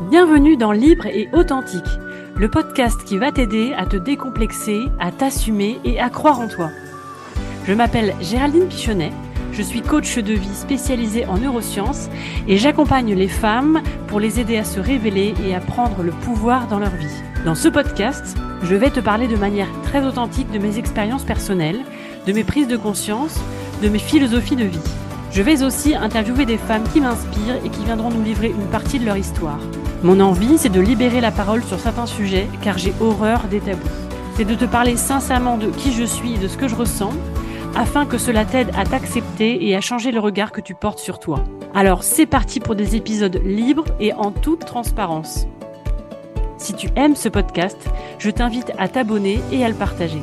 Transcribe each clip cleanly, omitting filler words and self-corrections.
Bienvenue dans Libre et Authentique, le podcast qui va t'aider à te décomplexer, à t'assumer et à croire en toi. Je m'appelle Géraldine Pichonnet, je suis coach de vie spécialisée en neurosciences et j'accompagne les femmes pour les aider à se révéler et à prendre le pouvoir dans leur vie. Dans ce podcast, je vais te parler de manière très authentique de mes expériences personnelles, de mes prises de conscience, de mes philosophies de vie. Je vais aussi interviewer des femmes qui m'inspirent et qui viendront nous livrer une partie de leur histoire. Mon envie, c'est de libérer la parole sur certains sujets, car j'ai horreur des tabous. C'est de te parler sincèrement de qui je suis et de ce que je ressens, afin que cela t'aide à t'accepter et à changer le regard que tu portes sur toi. Alors c'est parti pour des épisodes libres et en toute transparence. Si tu aimes ce podcast, je t'invite à t'abonner et à le partager.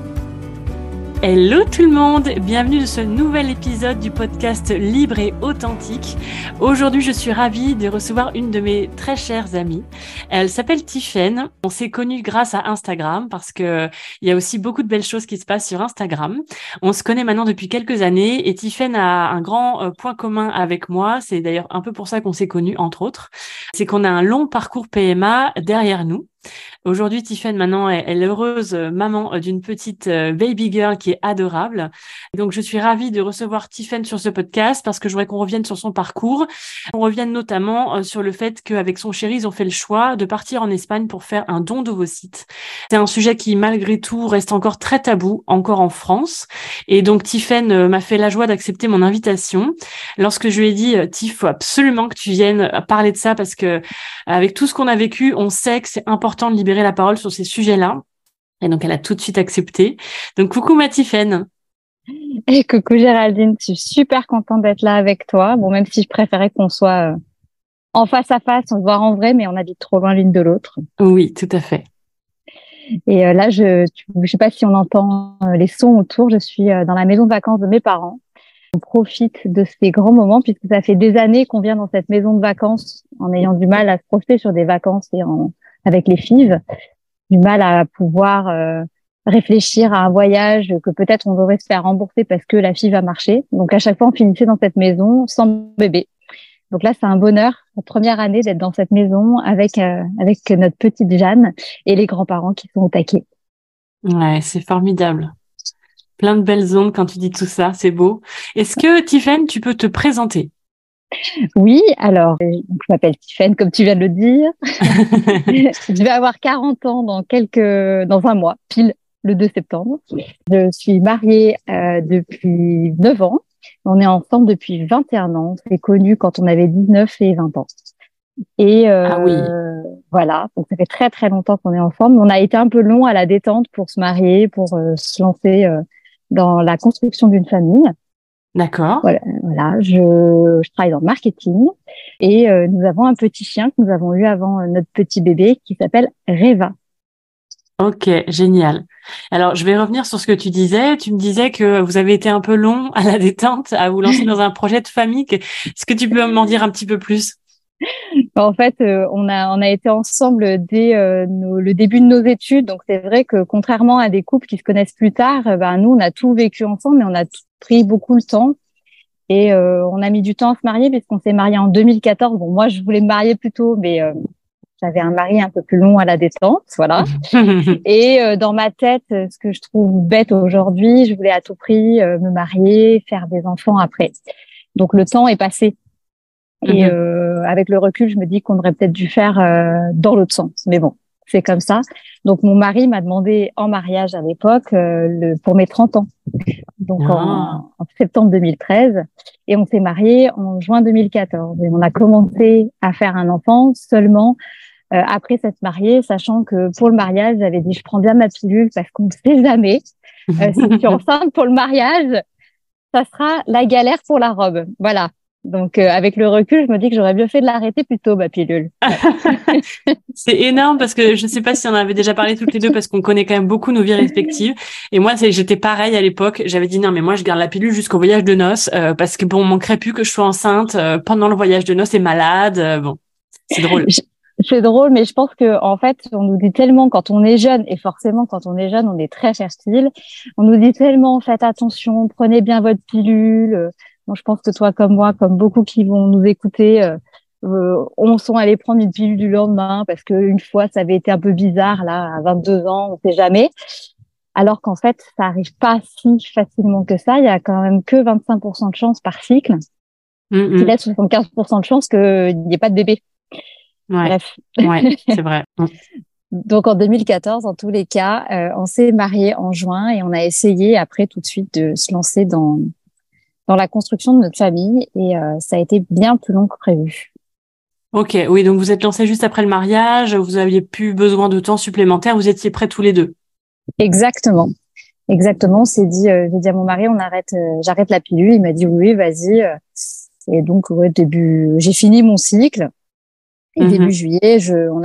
Hello tout le monde, bienvenue dans ce nouvel épisode du podcast Libre et Authentique. Aujourd'hui, je suis ravie de recevoir une de mes très chères amies. Elle s'appelle Tiffaine. On s'est connus grâce à Instagram parce que il y a aussi beaucoup de belles choses qui se passent sur Instagram. On se connaît maintenant depuis quelques années et Tiffaine a un grand point commun avec moi. C'est d'ailleurs un peu pour ça qu'on s'est connus, entre autres. C'est qu'on a un long parcours PMA derrière nous. Aujourd'hui, Tiffaine, maintenant, elle est heureuse maman d'une petite baby girl qui est adorable. Donc, je suis ravie de recevoir Tiffaine sur ce podcast parce que je voudrais qu'on revienne sur son parcours. On revienne notamment sur le fait qu'avec son chéri, ils ont fait le choix de partir en Espagne pour faire un don d'ovocytes. C'est un sujet qui, malgré tout, reste encore très tabou, encore en France. Et donc, Tiffaine m'a fait la joie d'accepter mon invitation. Lorsque je lui ai dit, Tiff, faut absolument que tu viennes parler de ça parce que avec tout ce qu'on a vécu, on sait que c'est important de libérer la parole sur ces sujets-là. Et donc, elle a tout de suite accepté. Donc, coucou ma Tiffaine. Et coucou Géraldine, je suis super contente d'être là avec toi. Bon, même si je préférais qu'on soit en face à face, on se voit en vrai, mais on habite trop loin l'une de l'autre. Oui, tout à fait. Et là, je sais pas si on entend les sons autour. Je suis dans la maison de vacances de mes parents. On profite de ces grands moments puisque ça fait des années qu'on vient dans cette maison de vacances en ayant du mal à se projeter sur des vacances et avec les filles, du mal à pouvoir réfléchir à un voyage que peut-être on devrait se faire rembourser parce que la fille va marcher. Donc à chaque fois, on finissait dans cette maison sans bébé. Donc là, c'est un bonheur, la première année d'être dans cette maison avec notre petite Jeanne et les grands-parents qui sont au taquet. Ouais, c'est formidable. Plein de belles ondes quand tu dis tout ça, c'est beau. Est-ce que Tiffaine, tu peux te présenter? Oui, alors, je m'appelle Tiffaine, comme tu viens de le dire. Je vais avoir 40 ans dans un mois, pile le 2 septembre. Je suis mariée depuis 9 ans. On est ensemble depuis 21 ans. On s'est connus quand on avait 19 et 20 ans. Et Ah oui. voilà, donc ça fait très très longtemps qu'on est ensemble. On a été un peu long à la détente pour se marier, pour se lancer dans la construction d'une famille. D'accord. Voilà, je travaille dans le marketing et nous avons un petit chien que nous avons eu avant notre petit bébé qui s'appelle Reva. Ok, génial. Alors, je vais revenir sur ce que tu disais. Tu me disais que vous avez été un peu long à la détente, à vous lancer dans un projet de famille. Est-ce que tu peux m'en dire un petit peu plus? En fait, on a été ensemble dès le début de nos études, donc c'est vrai que contrairement à des couples qui se connaissent plus tard, nous on a tout vécu ensemble, mais on a pris beaucoup le temps. Et on a mis du temps à se marier puisqu'on s'est marié en 2014. Bon, moi, je voulais me marier plus tôt, mais j'avais un mari un peu plus long à la détente, voilà. Et dans ma tête, ce que je trouve bête aujourd'hui, je voulais à tout prix me marier, faire des enfants après. Donc le temps est passé. Et avec le recul, je me dis qu'on aurait peut-être dû faire dans l'autre sens. Mais bon, c'est comme ça. Donc mon mari m'a demandé en mariage à l'époque pour mes 30 ans. Donc en septembre 2013, et on s'est mariés en juin 2014. Et on a commencé à faire un enfant seulement après s'être mariés, sachant que pour le mariage, j'avais dit je prends bien ma pilule parce qu'on ne sait jamais. Si je suis enceinte pour le mariage, ça sera la galère pour la robe. Voilà. Donc avec le recul, je me dis que j'aurais bien fait de l'arrêter plus tôt, ma pilule. Ouais. C'est énorme parce que je ne sais pas si on en avait déjà parlé toutes les deux parce qu'on connaît quand même beaucoup nos vies respectives. Et moi, j'étais pareil à l'époque. J'avais dit non, mais moi, je garde la pilule jusqu'au voyage de noces parce que bon, on manquerait plus que je sois enceinte pendant le voyage de noces et malade. Bon, c'est drôle. C'est drôle, mais je pense que en fait, on nous dit tellement quand on est jeune, et forcément quand on est jeune, on est très fertile. On nous dit tellement, faites attention, prenez bien votre pilule. Bon, je pense que toi, comme moi, comme beaucoup qui vont nous écouter, on sont allés prendre une pilule du lendemain parce qu'une fois, ça avait été un peu bizarre, là, à 22 ans, on sait jamais. Alors qu'en fait, ça arrive pas si facilement que ça. Il y a quand même que 25% de chance par cycle. Il y a 75% de chance qu'il n'y ait pas de bébé. Ouais. Bref. Ouais, c'est vrai. Donc, en 2014, en tous les cas, on s'est mariés en juin et on a essayé après tout de suite de se lancer dans la construction de notre famille et ça a été bien plus long que prévu. Ok, oui, donc vous êtes lancés juste après le mariage, vous aviez plus besoin de temps supplémentaire, vous étiez prêts tous les deux. Exactement. On s'est dit, j'ai dit à mon mari, j'arrête la pilule. Il m'a dit oui, vas-y. Et donc, j'ai fini mon cycle. Et début juillet, on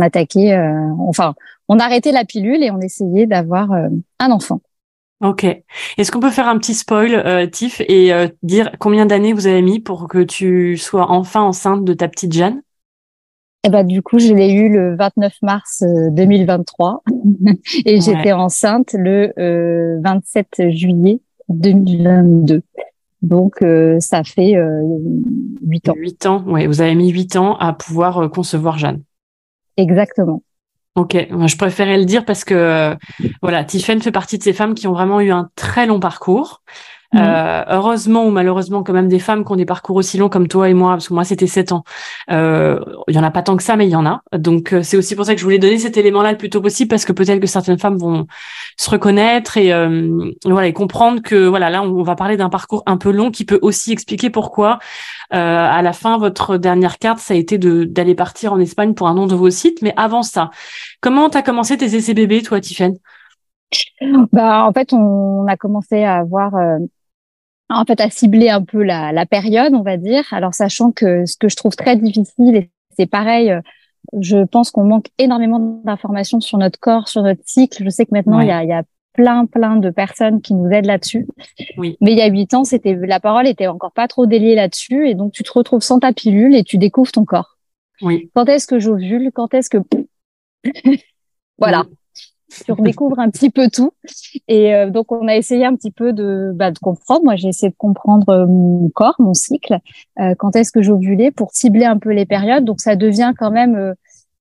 a arrêté la pilule et on essayait d'avoir un enfant. Ok. Est-ce qu'on peut faire un petit spoil, Tiff, et dire combien d'années vous avez mis pour que tu sois enfin enceinte de ta petite Jeanne? Et du coup, je l'ai eu le 29 mars 2023 et j'étais enceinte le 27 juillet 2022. Donc, ça fait 8 ans. 8 ans, ouais. Vous avez mis 8 ans à pouvoir concevoir Jeanne. Exactement. Ok, je préférais le dire parce que voilà, Tiffen fait partie de ces femmes qui ont vraiment eu un très long parcours. Heureusement ou malheureusement, quand même des femmes qui ont des parcours aussi longs comme toi et moi, parce que moi c'était 7 ans. Il y en a pas tant que ça, mais il y en a. Donc c'est aussi pour ça que je voulais donner cet élément-là le plus tôt possible, parce que peut-être que certaines femmes vont se reconnaître et voilà, et comprendre que voilà, là on va parler d'un parcours un peu long qui peut aussi expliquer pourquoi à la fin votre dernière carte ça a été d'aller partir en Espagne pour un nom de vos sites. Mais avant ça, comment t'as commencé tes essais bébés, toi, Tiffen? En fait, on a commencé à avoir à cibler un peu la période, on va dire. Alors, sachant que ce que je trouve très difficile, et c'est pareil, je pense qu'on manque énormément d'informations sur notre corps, sur notre cycle. Je sais que maintenant, il y a plein de personnes qui nous aident là-dessus. Oui. Mais il y a 8 ans, la parole était encore pas trop déliée là-dessus. Et donc, tu te retrouves sans ta pilule et tu découvres ton corps. Oui. Quand est-ce que j'ovule? Quand est-ce que... Voilà. Tu redécouvres un petit peu tout. Et donc, on a essayé un petit peu de comprendre. Moi, j'ai essayé de comprendre mon corps, mon cycle, quand est-ce que j'ovulais pour cibler un peu les périodes. Donc, ça devient quand même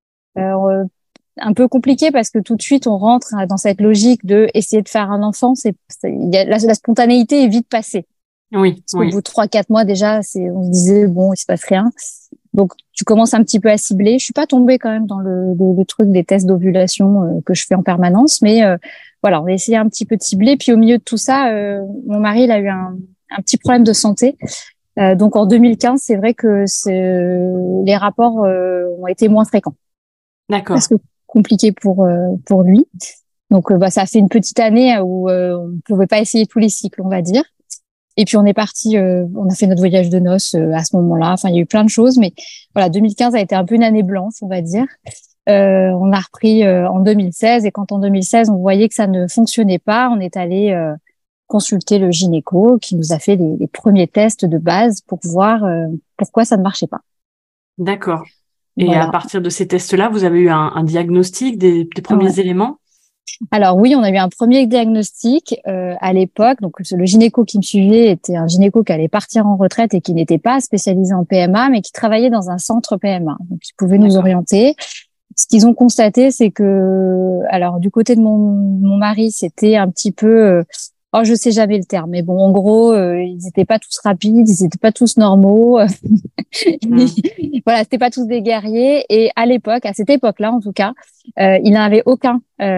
un peu compliqué parce que tout de suite, on rentre dans cette logique de essayer de faire un enfant. La spontanéité est vite passée. Oui. Parce qu'au bout de 3-4 mois, déjà, on se disait, bon, il se passe rien. Donc, tu commences un petit peu à cibler. Je suis pas tombée quand même dans le truc des tests d'ovulation que je fais en permanence, mais voilà, on a essayé un petit peu de cibler. Puis au milieu de tout ça, mon mari, il a eu un petit problème de santé. Donc en 2015, c'est vrai que les rapports ont été moins fréquents. D'accord. Parce que compliqué pour lui. Donc ça a fait une petite année où on ne pouvait pas essayer tous les cycles, on va dire. Et puis on est parti, on a fait notre voyage de noces à ce moment-là. Enfin, il y a eu plein de choses, mais voilà, 2015 a été un peu une année blanche, on va dire. On a repris en 2016, et quand en 2016 on voyait que ça ne fonctionnait pas, on est allé consulter le gynéco qui nous a fait les premiers tests de base pour voir pourquoi ça ne marchait pas. D'accord. Et voilà. À partir de ces tests-là, vous avez eu un diagnostic, des premiers éléments? Alors oui, on a eu un premier diagnostic à l'époque. Donc le gynéco qui me suivait était un gynéco qui allait partir en retraite et qui n'était pas spécialisé en PMA, mais qui travaillait dans un centre PMA. Donc ils pouvaient nous orienter. Ce qu'ils ont constaté, c'est que, alors du côté de mon mari, c'était un petit peu, je sais jamais le terme, mais bon, en gros, ils n'étaient pas tous rapides, ils n'étaient pas tous normaux. Voilà, c'était pas tous des guerriers. Et à l'époque, à cette époque-là, en tout cas, il n'avait aucun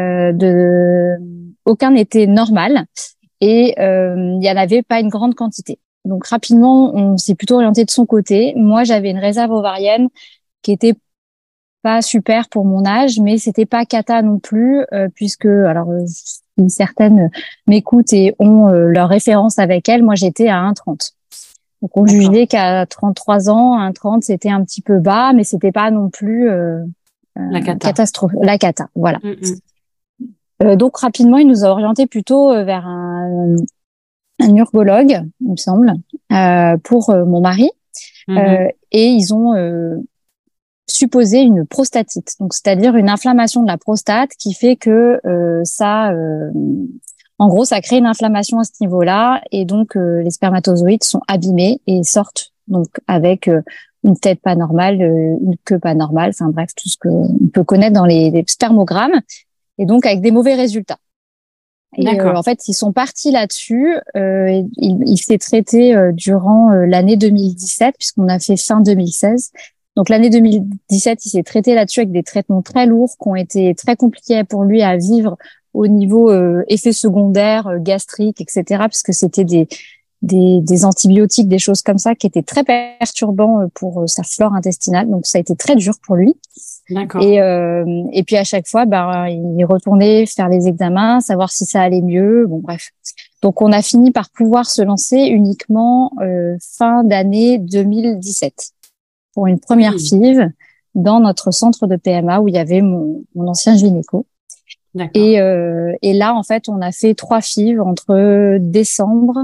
n'était normal, et il y en avait pas une grande quantité. Donc rapidement, on s'est plutôt orienté de son côté. Moi, j'avais une réserve ovarienne qui était pas super pour mon âge, mais c'était pas cata non plus, puisque certaines m'écoutent et ont leur référence avec elle. Moi, j'étais à 1,30. Donc, on jugeait qu'à 33 ans, 1,30, c'était un petit peu bas, mais c'était pas non plus la cata. Catastrophe. La cata, voilà. Donc, rapidement, il nous a orientés plutôt vers un urgologue, il me semble, pour mon mari. Et ils ont supposé une prostatite, donc c'est-à-dire une inflammation de la prostate qui fait que en gros, ça crée une inflammation à ce niveau-là, et donc les spermatozoïdes sont abîmés et sortent donc avec une tête pas normale, une queue pas normale, enfin bref, tout ce qu'on peut connaître dans les spermogrammes, et donc avec des mauvais résultats. Et en fait, ils sont partis là-dessus. Il s'est traité durant l'année 2017, puisqu'on a fait fin 2016. Donc l'année 2017, il s'est traité là-dessus avec des traitements très lourds qui ont été très compliqués pour lui à vivre au niveau effets secondaires, gastriques, etc. Parce que c'était des antibiotiques, des choses comme ça qui étaient très perturbants pour sa flore intestinale. Donc ça a été très dur pour lui. D'accord. Et puis à chaque fois, il retournait faire les examens, savoir si ça allait mieux. Bon bref. Donc on a fini par pouvoir se lancer uniquement fin d'année 2017 pour une première FIV dans notre centre de PMA où il y avait mon ancien gynéco. D'accord. Et là en fait on a fait 3 FIV entre décembre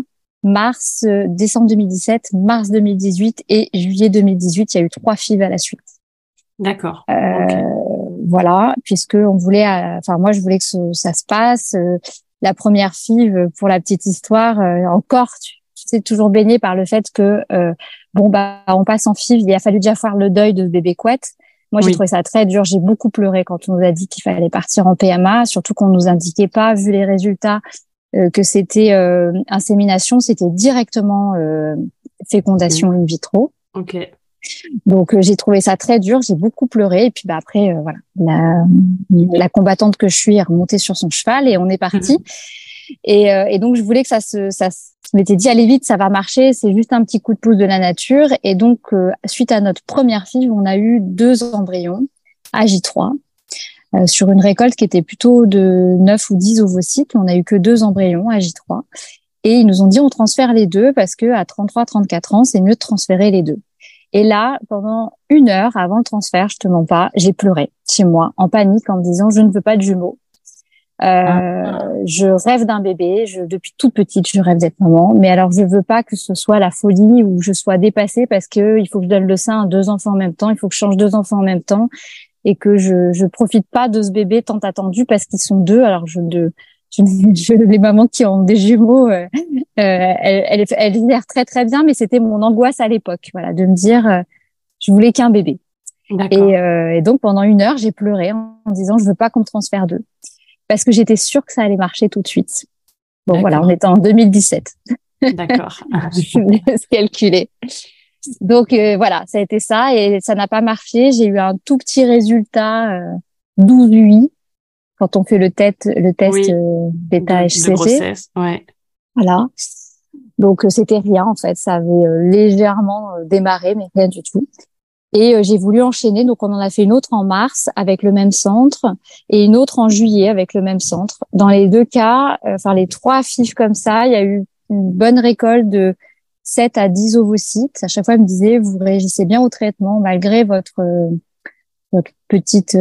2017, mars 2018 et juillet 2018. Il y a eu 3 FIV à la suite. D'accord. Okay. Voilà, puisque on voulait, moi je voulais que ça se passe. La première FIV, pour la petite histoire, encore, tu sais, toujours baigné par le fait que on passe en FIV. Il a fallu déjà faire le deuil de bébé couette. Moi, j'ai trouvé ça très dur. J'ai beaucoup pleuré quand on nous a dit qu'il fallait partir en PMA, surtout qu'on nous indiquait pas, vu les résultats, que c'était insémination, c'était directement fécondation in vitro. Ok. Donc j'ai trouvé ça très dur, j'ai beaucoup pleuré et puis après voilà, la combattante que je suis est remontée sur son cheval et on est parti. Et donc je voulais que je m'étais dit allez vite, ça va marcher, c'est juste un petit coup de pouce de la nature. Et donc suite à notre première FIV, on a eu 2 embryons à J3 sur une récolte qui était plutôt de 9 ou 10 ovocytes. On a eu que 2 embryons à J3 et ils nous ont dit on transfère les 2 parce que à 33-34 ans, c'est mieux de transférer les 2. Et là, pendant 1 heure avant le transfert, je te mens pas, j'ai pleuré chez moi, en panique, en me disant je ne veux pas de jumeaux. Je rêve d'un bébé. Depuis toute petite, je rêve d'être maman. Mais alors, je veux pas que ce soit la folie ou je sois dépassée parce que il faut que je donne le sein à 2 enfants en même temps. Il faut que je change 2 enfants en même temps et que je profite pas de ce bébé tant attendu parce qu'ils sont 2. Alors, les mamans qui ont des jumeaux, elles gèrent très très bien, mais c'était mon angoisse à l'époque, voilà, de me dire, je voulais qu'un bébé. Et donc pendant 1 heure, j'ai pleuré en disant, je veux pas qu'on me transfère 2, parce que j'étais sûre que ça allait marcher tout de suite. Bon voilà, on était en 2017. D'accord. Je laisse calculer. Donc voilà, ça a été ça et ça n'a pas marché. J'ai eu un tout petit résultat 12/8. Quand on fait le test bêta-HCG. De grossesse, ouais. Voilà. Donc, c'était rien, en fait. Ça avait légèrement démarré, mais rien du tout. Et j'ai voulu enchaîner. Donc, on en a fait une autre en mars avec le même centre et une autre en juillet avec le même centre. Dans les 2 cas, les 3 FIV comme ça, il y a eu une bonne récolte de 7 à 10 ovocytes. À chaque fois, elle me disait, vous réagissez bien au traitement malgré votre petite...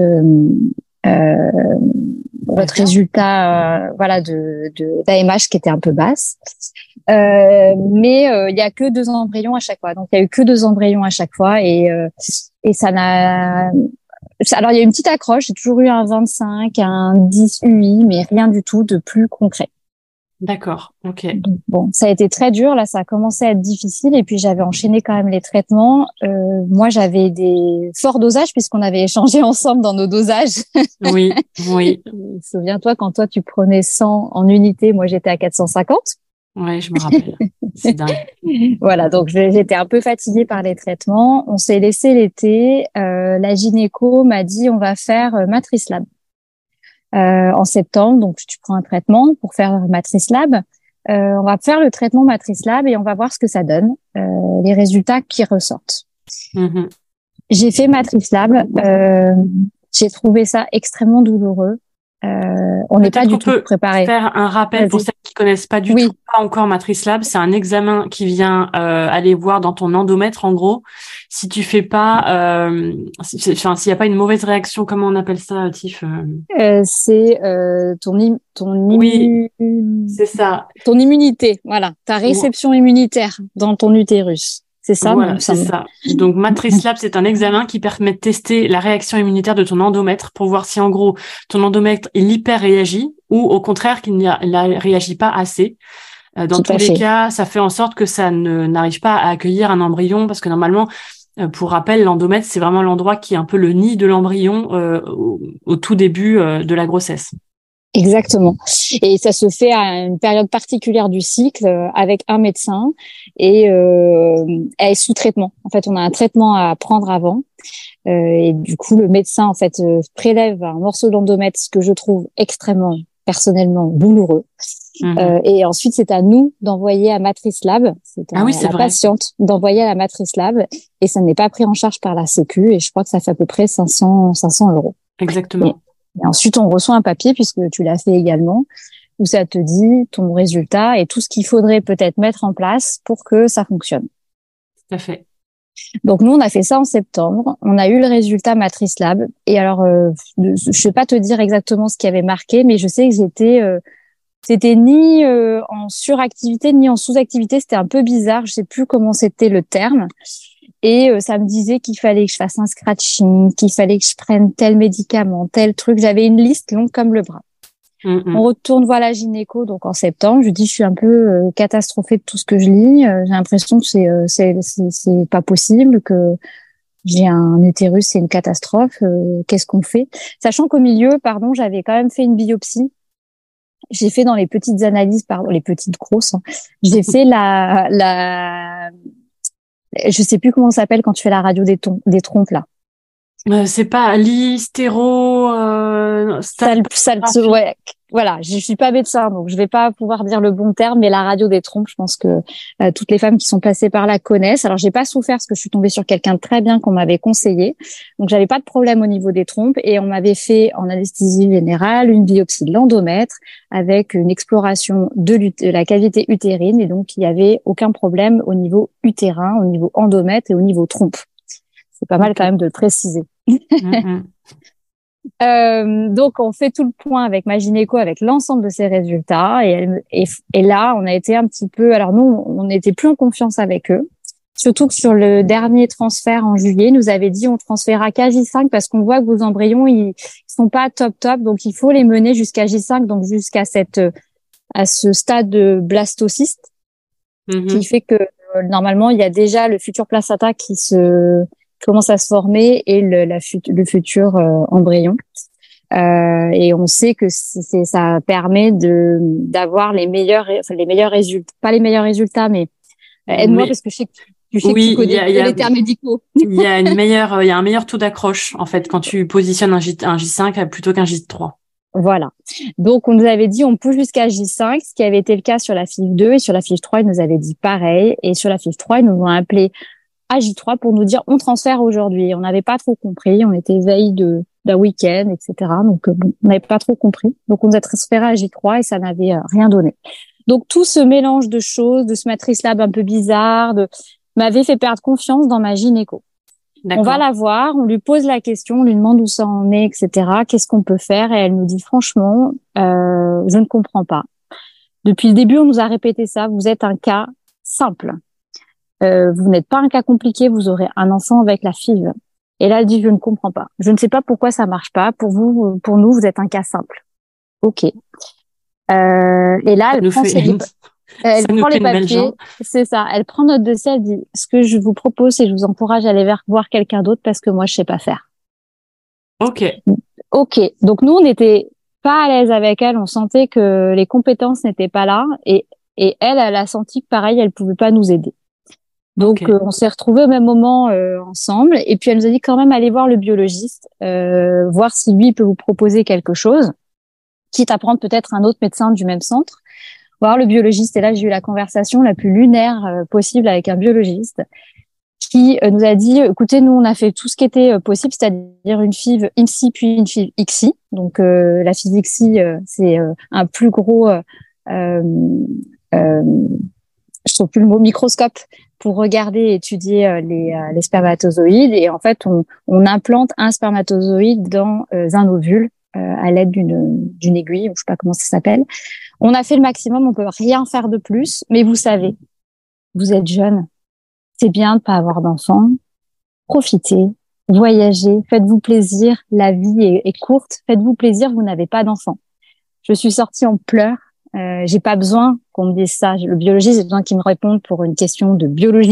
votre résultat d'AMH qui était un peu basse, mais il y a que 2 embryons à chaque fois, donc il y a eu que 2 embryons à chaque fois et ça n'a alors il y a une petite accroche, j'ai toujours eu un 25, un 10 UI, mais rien du tout de plus concret. D'accord, ok. Donc, bon, ça a été très dur, là ça a commencé à être difficile et puis j'avais enchaîné quand même les traitements. Moi j'avais des forts dosages puisqu'on avait échangé ensemble dans nos dosages. Oui. Souviens-toi quand toi tu prenais 100 en unité, moi j'étais à 450. Ouais, je me rappelle. C'est dingue. Voilà, donc j'étais un peu fatiguée par les traitements. On s'est laissé l'été. La gynéco m'a dit on va faire Matrice Lab. En septembre, donc tu prends un traitement pour faire Matrice Lab. On va faire le traitement Matrice Lab et on va voir ce que ça donne, les résultats qui ressortent. J'ai fait Matrice Lab. J'ai trouvé ça extrêmement douloureux. On n'est pas du tout préparé. Faire un rappel pour celles qui connaissent pas du tout, pas encore Matrice Lab. C'est un examen qui vient aller voir dans ton endomètre, en gros. Si tu fais pas, s'il y a pas une mauvaise réaction, comment on appelle ça, Tiff c'est c'est ça. Ton immunité, voilà, ta réception immunitaire dans ton utérus. C'est ça, voilà, c'est ça. Donc, Matrice Lab, c'est un examen qui permet de tester la réaction immunitaire de ton endomètre pour voir si, en gros, ton endomètre, il hyper réagit ou, au contraire, qu'il ne réagit pas assez. Dans tous les cas, ça fait en sorte que ça n'arrive pas à accueillir un embryon parce que normalement, Pour rappel, l'endomètre, c'est vraiment l'endroit qui est un peu le nid de l'embryon au tout début de la grossesse. Exactement. Et ça se fait à une période particulière du cycle avec un médecin et elle est sous traitement. En fait, on a un traitement à prendre avant. Et du coup, le médecin en fait prélève un morceau d'endomètre, ce que je trouve extrêmement personnellement douloureux. Et ensuite, c'est à nous d'envoyer à Matrice Lab, c'est à la patiente d'envoyer à la Matrice Lab, et ça n'est pas pris en charge par la Sécu. Et je crois que ça fait à peu près 500 euros. Exactement. Et ensuite, on reçoit un papier, puisque tu l'as fait également, où ça te dit ton résultat et tout ce qu'il faudrait peut-être mettre en place pour que ça fonctionne. Tout à fait. Donc nous, on a fait ça en septembre. On a eu le résultat Matrice Lab. Et alors, je vais pas te dire exactement ce qui avait marqué, mais je sais que c'était ni en suractivité ni en sous-activité. C'était un peu bizarre. Je sais plus comment c'était le terme. Et ça me disait qu'il fallait que je fasse un scratching, qu'il fallait que je prenne tel médicament, tel truc. J'avais une liste longue comme le bras. On retourne voir la gynéco donc en septembre. Je dis je suis un peu catastrophée de tout ce que je lis. J'ai l'impression que c'est pas possible, que j'ai un utérus, c'est une catastrophe. Qu'est-ce qu'on fait? Sachant qu'au milieu, j'avais quand même fait une biopsie. J'ai fait dans les petites analyses, les petites grosses. J'ai fait je sais plus comment ça s'appelle quand tu fais la radio des trompes là. C'est pas l'hystéro. Ouais, voilà. Je suis pas médecin, donc je vais pas pouvoir dire le bon terme, mais la radio des trompes, je pense que toutes les femmes qui sont passées par là connaissent. Alors j'ai pas souffert parce que je suis tombée sur quelqu'un de très bien qu'on m'avait conseillé, donc j'avais pas de problème au niveau des trompes et on m'avait fait en anesthésie générale une biopsie de l'endomètre avec une exploration de la cavité utérine et donc il y avait aucun problème au niveau utérin, au niveau endomètre et au niveau trompe. C'est pas mal quand même de le préciser. Donc on fait tout le point avec ma gynéco avec l'ensemble de ces résultats et là on a été un petit peu, alors nous on n'était plus en confiance avec eux, surtout que sur le dernier transfert en juillet ils nous avaient dit on transférera qu'à J5 parce qu'on voit que vos embryons ils sont pas top donc il faut les mener jusqu'à J5, donc jusqu'à à ce stade de blastocyste qui fait que normalement il y a déjà le futur placenta qui commence à se former et le futur embryon. Et on sait que ça permet d'avoir les meilleurs résultats, pas les meilleurs résultats, mais aide-moi parce que je sais que tu connais les termes médicaux. Il y a un meilleur taux d'accroche en fait quand tu positionnes un J5 plutôt qu'un J3. Voilà. Donc, on nous avait dit on pousse jusqu'à J5, ce qui avait été le cas sur la FIV 2 et sur la FIV 3, ils nous avaient dit pareil. Et sur la FIV 3, ils nous ont appelé à J3 pour nous dire on transfère aujourd'hui. On n'avait pas trop compris, on était veille d'un week-end, etc. Donc on n'avait pas trop compris. Donc on nous a transféré à J3 et ça n'avait rien donné. Donc tout ce mélange de choses, de ce Matrice Lab un peu bizarre, m'avait fait perdre confiance dans ma gynéco. D'accord. On va la voir, on lui pose la question, on lui demande où ça en est, etc. Qu'est-ce qu'on peut faire? Et elle nous dit franchement, je ne comprends pas. Depuis le début, on nous a répété ça. Vous êtes un cas simple. Vous n'êtes pas un cas compliqué, vous aurez un enfant avec la FIV. Et là, elle dit, je ne comprends pas. Je ne sais pas pourquoi ça marche pas. Pour nous, vous êtes un cas simple. Ok. Et là, elle prend les papiers. C'est ça. Elle prend notre dossier, elle dit, ce que je vous propose, c'est que je vous encourage à aller voir quelqu'un d'autre parce que moi, je sais pas faire. Ok. Donc nous, on n'était pas à l'aise avec elle. On sentait que les compétences n'étaient pas là. Et elle a senti que pareil, elle pouvait pas nous aider. Donc, on s'est retrouvés au même moment ensemble. Et puis, elle nous a dit quand même, allez voir le biologiste, voir si lui, il peut vous proposer quelque chose, quitte à prendre peut-être un autre médecin du même centre. Voir le biologiste. Et là, j'ai eu la conversation la plus lunaire possible avec un biologiste qui nous a dit, écoutez, nous, on a fait tout ce qui était possible, c'est-à-dire une FIV INSI puis une FIV ICSI. Donc, la FIV ICSI, c'est un plus gros... je trouve plus le mot microscope pour regarder et étudier les spermatozoïdes et en fait on implante un spermatozoïde dans un ovule à l'aide d'une aiguille, je sais pas comment ça s'appelle. On a fait le maximum, on peut rien faire de plus, mais vous savez, vous êtes jeune, c'est bien de pas avoir d'enfants, profitez, voyagez, faites-vous plaisir, la vie est courte, faites-vous plaisir, vous n'avez pas d'enfants. Je suis sortie en pleurs. J'ai pas besoin qu'on me dise ça. Le biologiste, j'ai besoin qu'il me réponde pour une question de biologie.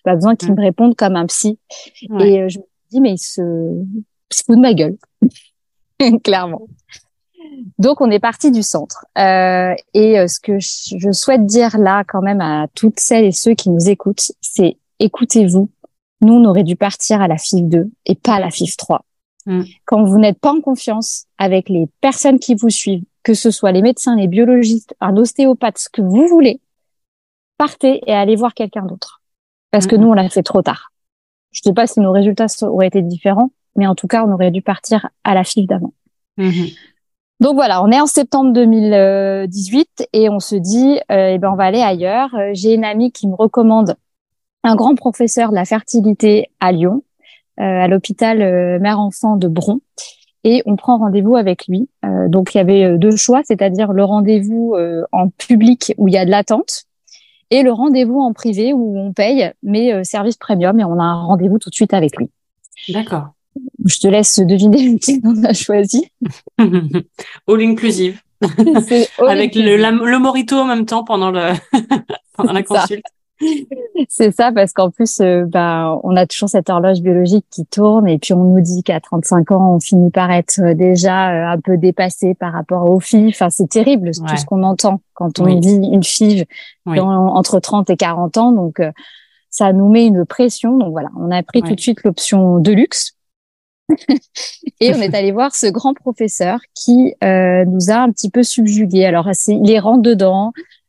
Pas besoin qu'il me réponde comme un psy. Ouais. Et je me dis, mais il se fout de ma gueule, clairement. Donc, on est parti du centre. Ce que je souhaite dire là, quand même, à toutes celles et ceux qui nous écoutent, c'est écoutez-vous. Nous, on aurait dû partir à la FIV 2 et pas à la FIV 3. Quand vous n'êtes pas en confiance avec les personnes qui vous suivent, que ce soit les médecins, les biologistes, un ostéopathe, ce que vous voulez, partez et allez voir quelqu'un d'autre. Parce que nous, on l'a fait trop tard. Je ne sais pas si nos résultats auraient été différents, mais en tout cas, on aurait dû partir à la FIV d'avant. Donc voilà, on est en septembre 2018 et on se dit, on va aller ailleurs. J'ai une amie qui me recommande un grand professeur de la fertilité à Lyon, à l'hôpital mère-enfant de Bron, et on prend rendez-vous avec lui. Donc il y avait deux choix, c'est-à-dire le rendez-vous en public où il y a de l'attente et le rendez-vous en privé où on paye, mais service premium, et on a un rendez-vous tout de suite avec lui. D'accord. Je te laisse deviner lequel on a choisi. All inclusive. Avec le morito en même temps pendant la consulte. C'est ça, parce qu'en plus, on a toujours cette horloge biologique qui tourne, et puis on nous dit qu'à 35 ans, on finit par être déjà un peu dépassé par rapport aux FIV. Enfin, c'est terrible, tout ce qu'on entend quand on vit une FIV entre 30 et 40 ans. Donc, ça nous met une pression. Donc voilà, on a pris tout de suite l'option de luxe. Et on est allé voir ce grand professeur qui nous a un petit peu subjugués. Alors, il est rentre dedans.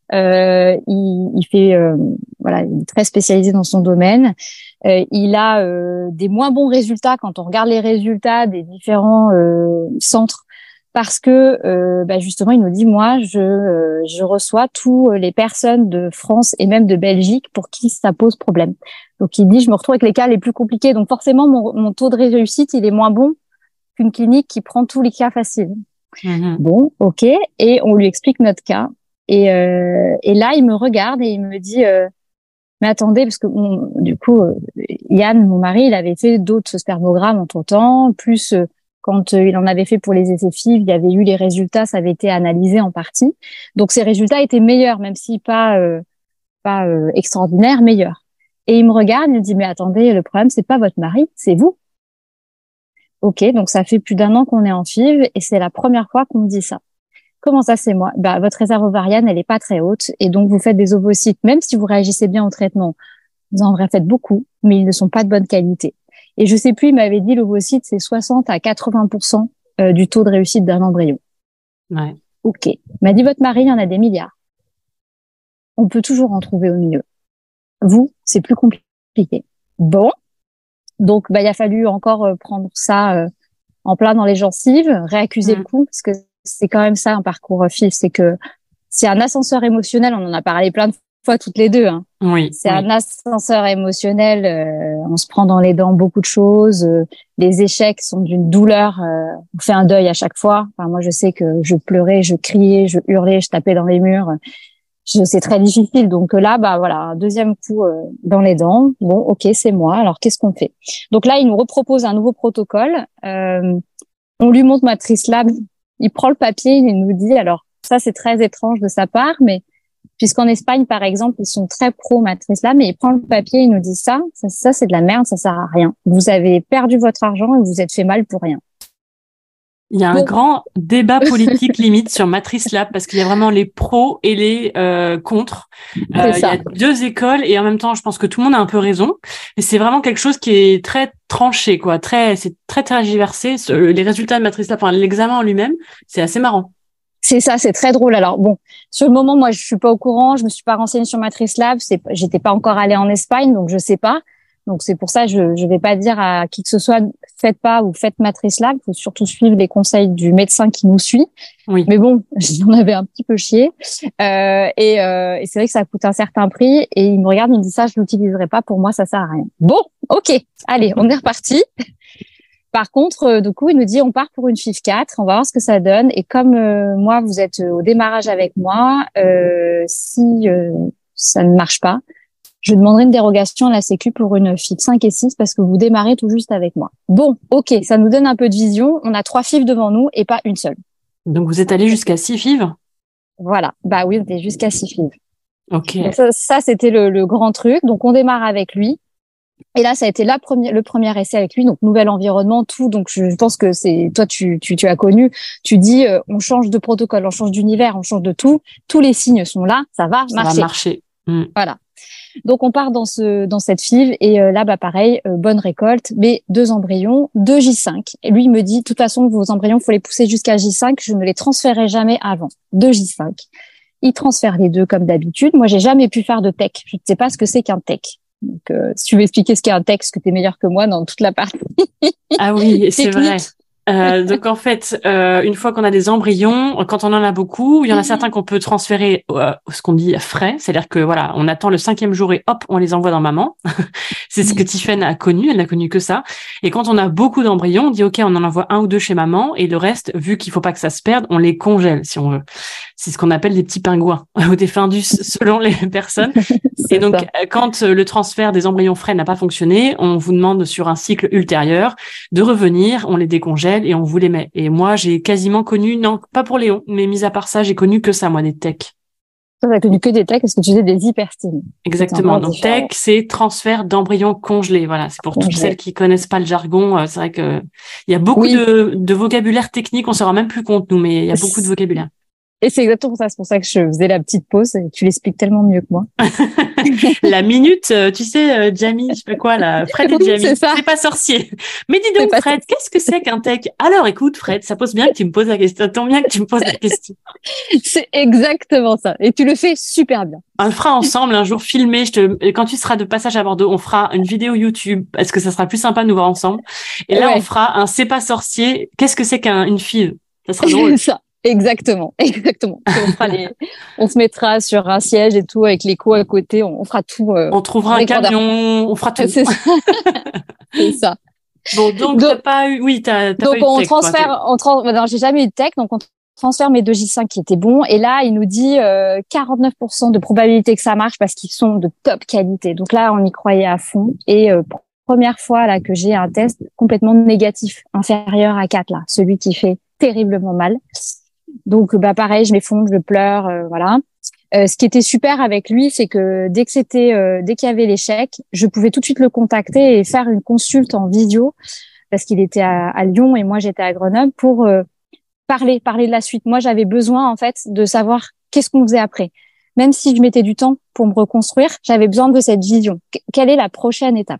Il fait il est très spécialisé dans son domaine. Il a des moins bons résultats quand on regarde les résultats des différents centres, parce que justement il nous dit, moi je reçois tous les personnes de France et même de Belgique pour qui ça pose problème. Donc il dit, je me retrouve avec les cas les plus compliqués, donc forcément mon taux de réussite il est moins bon qu'une clinique qui prend tous les cas faciles. Bon, ok, et on lui explique notre cas. Et là, il me regarde et il me dit, mais attendez, parce que du coup, Yann, mon mari, il avait fait d'autres spermogrammes entre-temps, plus quand il en avait fait pour les essais FIV, il y avait eu les résultats, ça avait été analysé en partie. Donc, ces résultats étaient meilleurs, même si pas extraordinaires, meilleurs. Et il me regarde, il me dit, mais attendez, le problème, c'est pas votre mari, c'est vous. Ok, donc ça fait plus d'1 an qu'on est en FIV et c'est la première fois qu'on me dit ça. Comment ça, c'est moi? Votre réserve ovarienne, elle est pas très haute, et donc vous faites des ovocytes, même si vous réagissez bien au traitement. Vous en faites beaucoup, mais ils ne sont pas de bonne qualité. Et je sais plus, il m'avait dit l'ovocyte, c'est 60 à 80% du taux de réussite d'un embryon. Ouais. Ok. Il m'a dit, votre mari, il y en a des milliards. On peut toujours en trouver au milieu. Vous, c'est plus compliqué. Bon. Donc, il a fallu encore prendre ça en plein dans les gencives, réaccuser le coup, parce que c'est quand même ça un parcours FIV, c'est que c'est un ascenseur émotionnel. On en a parlé plein de fois toutes les deux. Hein. Oui. C'est un ascenseur émotionnel. On se prend dans les dents beaucoup de choses. Les échecs sont d'une douleur. On fait un deuil à chaque fois. Enfin, moi, je sais que je pleurais, je criais, je hurlais, je tapais dans les murs. C'est très difficile. Donc là, voilà, un deuxième coup dans les dents. Bon, ok, c'est moi. Alors, qu'est-ce qu'on fait? Donc là, il nous repropose un nouveau protocole. On lui montre MatriceLab. Il prend le papier, il nous dit, alors ça c'est très étrange de sa part, mais puisqu'en Espagne par exemple ils sont très pro MatriceLab, mais il prend le papier, il nous dit ça c'est de la merde, ça sert à rien. Vous avez perdu votre argent et vous êtes fait mal pour rien. Il y a un grand débat politique limite sur MatriceLab, parce qu'il y a vraiment les pros et les contre. Il y a deux écoles et en même temps, je pense que tout le monde a un peu raison. Et c'est vraiment quelque chose qui est très tranché, quoi. C'est très tergiversé. Les résultats de MatriceLab, enfin l'examen en lui-même, c'est assez marrant. C'est ça, c'est très drôle. Alors bon, sur le moment, moi, je suis pas au courant, je me suis pas renseignée sur MatriceLab, j'étais pas encore allée en Espagne, donc je sais pas. Donc c'est pour ça je vais pas dire à qui que ce soit faites pas ou faites MatriceLab, faut surtout suivre les conseils du médecin qui nous suit. Oui. Mais bon, j'en avais un petit peu chié. Et c'est vrai que ça coûte un certain prix, et il me regarde, il me dit ça, je l'utiliserai pas, pour moi ça sert à rien. Bon, OK. Allez, on est reparti. Par contre, du coup, il nous dit on part pour une FIV 4, on va voir ce que ça donne, et comme moi vous êtes au démarrage avec moi, si ça ne marche pas, je demanderai une dérogation à la Sécu pour une FIV 5 et 6 parce que vous démarrez tout juste avec moi. Bon, ok, ça nous donne un peu de vision. On a 3 FIV devant nous et pas une seule. Donc, vous êtes allé jusqu'à 6 FIV? Voilà. Oui, on était jusqu'à 6 FIV. Ok. Donc ça c'était le grand truc. Donc, on démarre avec lui. Et là, ça a été le premier essai avec lui, donc nouvel environnement, tout. Donc, je pense que c'est toi, tu as connu. Tu dis, on change de protocole, on change d'univers, on change de tout. Tous les signes sont là, ça va Ça va marcher. marcher. Voilà. Donc, on part dans cette FIV et là, pareil, bonne récolte, mais 2 embryons, 2 J5. Et lui, il me dit, de toute façon, vos embryons, faut les pousser jusqu'à J5. Je ne les transférerai jamais avant. 2 J5. Il transfère les 2 comme d'habitude. Moi, j'ai jamais pu faire de tech. Je ne sais pas ce que c'est qu'un tech. Donc, si tu veux expliquer ce qu'est un texte, que tu es meilleur que moi dans toute la partie. Ah oui, c'est vrai. Donc en fait, une fois qu'on a des embryons, quand on en a beaucoup, il y en a certains qu'on peut transférer, ce qu'on dit frais, c'est-à-dire que voilà, on attend le 5e jour et hop, on les envoie dans maman. C'est ce que Tiffaine a connu, elle n'a connu que ça. Et quand on a beaucoup d'embryons, on dit ok, on en envoie 1 ou 2 chez maman, et le reste, vu qu'il faut pas que ça se perde, on les congèle si on veut. C'est ce qu'on appelle des petits pingouins ou des findus selon les personnes. Et donc, quand le transfert des embryons frais n'a pas fonctionné, on vous demande sur un cycle ultérieur de revenir, on les décongèle et on vous les met. Et moi, j'ai quasiment connu, non, pas pour Léon, mais mis à part ça, j'ai connu que ça, moi, des techs. Toi, t'as connu que des techs, parce que tu faisais des hyperstimes. Exactement. Donc, tech, c'est transfert d'embryons congelés. Voilà. C'est pour toutes celles qui connaissent pas le jargon. C'est vrai que il y a beaucoup de vocabulaire technique. On se rend même plus compte, nous, mais il y a beaucoup de vocabulaire. Et c'est exactement ça. C'est pour ça que je faisais la petite pause. Et tu l'expliques tellement mieux que moi. La minute, tu sais, Jamie, je sais pas quoi, là, Fred et Jamie, c'est pas sorcier. Mais dis donc, Fred, qu'est-ce que c'est qu'un tech? Alors, écoute, Fred, ça pose bien que tu me poses la question. Ça tombe bien que tu me poses la question. C'est exactement ça. Et tu le fais super bien. On le fera ensemble un jour filmé. Quand tu seras de passage à Bordeaux, on fera une vidéo YouTube. Est-ce que ça sera plus sympa de nous voir ensemble? Et là, on fera un c'est pas sorcier. Qu'est-ce que c'est qu'une FIV? Ça sera drôle. Ça. Exactement. On se mettra sur un siège et tout avec l'écho à côté. On fera tout. On trouvera un camion. On fera tout. C'est ça. C'est ça. Bon, donc t'as pas eu, oui, t'as pas eu de tech. Donc on transfère, non, j'ai jamais eu de tech, donc on transfère mes 2 J5 qui étaient bons. Et là, il nous dit 49% de probabilité que ça marche parce qu'ils sont de top qualité. Donc là, on y croyait à fond. Et première fois là que j'ai un test complètement négatif, inférieur à 4 là, celui qui fait terriblement mal. Donc pareil, je m'effondre, je pleure, voilà. Ce qui était super avec lui, c'est que dès qu'il y avait l'échec, je pouvais tout de suite le contacter et faire une consulte en visio parce qu'il était à Lyon et moi j'étais à Grenoble pour parler de la suite. Moi, j'avais besoin en fait de savoir qu'est-ce qu'on faisait après. Même si je mettais du temps pour me reconstruire, j'avais besoin de cette vision. Quelle est la prochaine étape?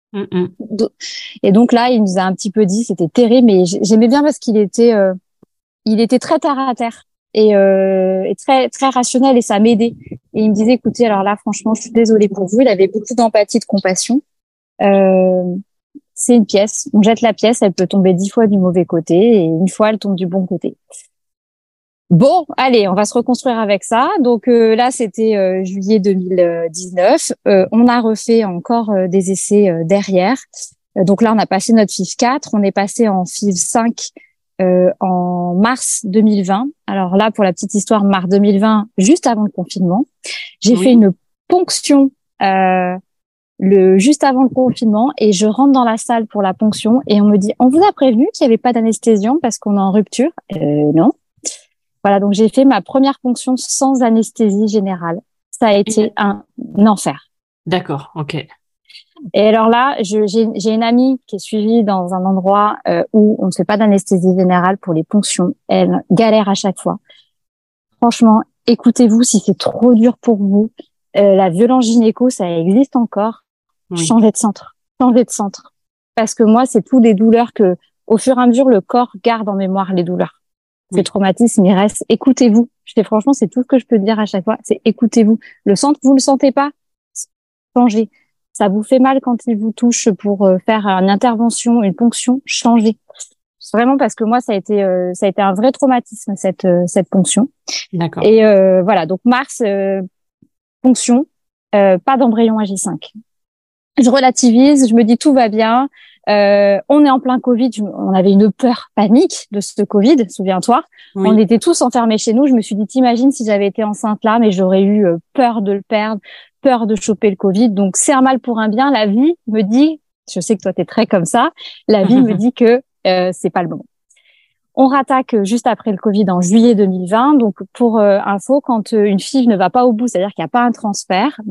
Et donc là, il nous a un petit peu dit, c'était terrible, mais j'aimais bien parce qu'il était très terre à terre et très très rationnel et ça m'aidait. Et il me disait, écoutez, alors là, franchement, je suis désolée pour vous. Il avait beaucoup d'empathie, de compassion. C'est une pièce. On jette la pièce, elle peut tomber 10 fois du mauvais côté et une fois, elle tombe du bon côté. Bon, allez, on va se reconstruire avec ça. Donc là, c'était juillet 2019. On a refait encore des essais derrière. Donc là, on a passé notre FIV 4. On est passé en FIV 5 en mars 2020. Alors là, pour la petite histoire, mars 2020, juste avant le confinement, j'ai fait une ponction juste avant le confinement et je rentre dans la salle pour la ponction et on me dit, on vous a prévenu qu'il n'y avait pas d'anesthésiant parce qu'on est en rupture? Non. Voilà, donc j'ai fait ma première ponction sans anesthésie générale. Ça a été un enfer. D'accord, ok. Et alors là, j'ai une amie qui est suivie dans un endroit où on ne fait pas d'anesthésie générale pour les ponctions. Elle galère à chaque fois. Franchement, écoutez-vous, si c'est trop dur pour vous, la violence gynéco, ça existe encore. Oui. Changez de centre. Parce que moi, c'est tous les douleurs que, au fur et à mesure, le corps garde en mémoire les douleurs. Ces traumatismes, ils restent. Écoutez-vous. Franchement, c'est tout ce que je peux dire à chaque fois. C'est écoutez-vous. Le centre, vous le sentez pas? Changez. Ça vous fait mal quand il vous touche pour faire une intervention, une ponction? Changez. Vraiment parce que moi, ça a été un vrai traumatisme, cette ponction. D'accord. Et voilà. Donc, mars, ponction, pas d'embryon à J5. Je relativise, je me dis tout va bien. On est en plein Covid, on avait une peur panique de ce Covid, souviens-toi. Oui. On était tous enfermés chez nous. Je me suis dit, t'imagines si j'avais été enceinte là, mais j'aurais eu peur de le perdre, peur de choper le Covid. Donc c'est un mal pour un bien. La vie me dit, je sais que toi t'es très comme ça, la vie me dit que c'est pas le moment. On rattaque juste après le Covid en juillet 2020. Donc pour info, quand une FIV ne va pas au bout, c'est-à-dire qu'il n'y a pas un transfert,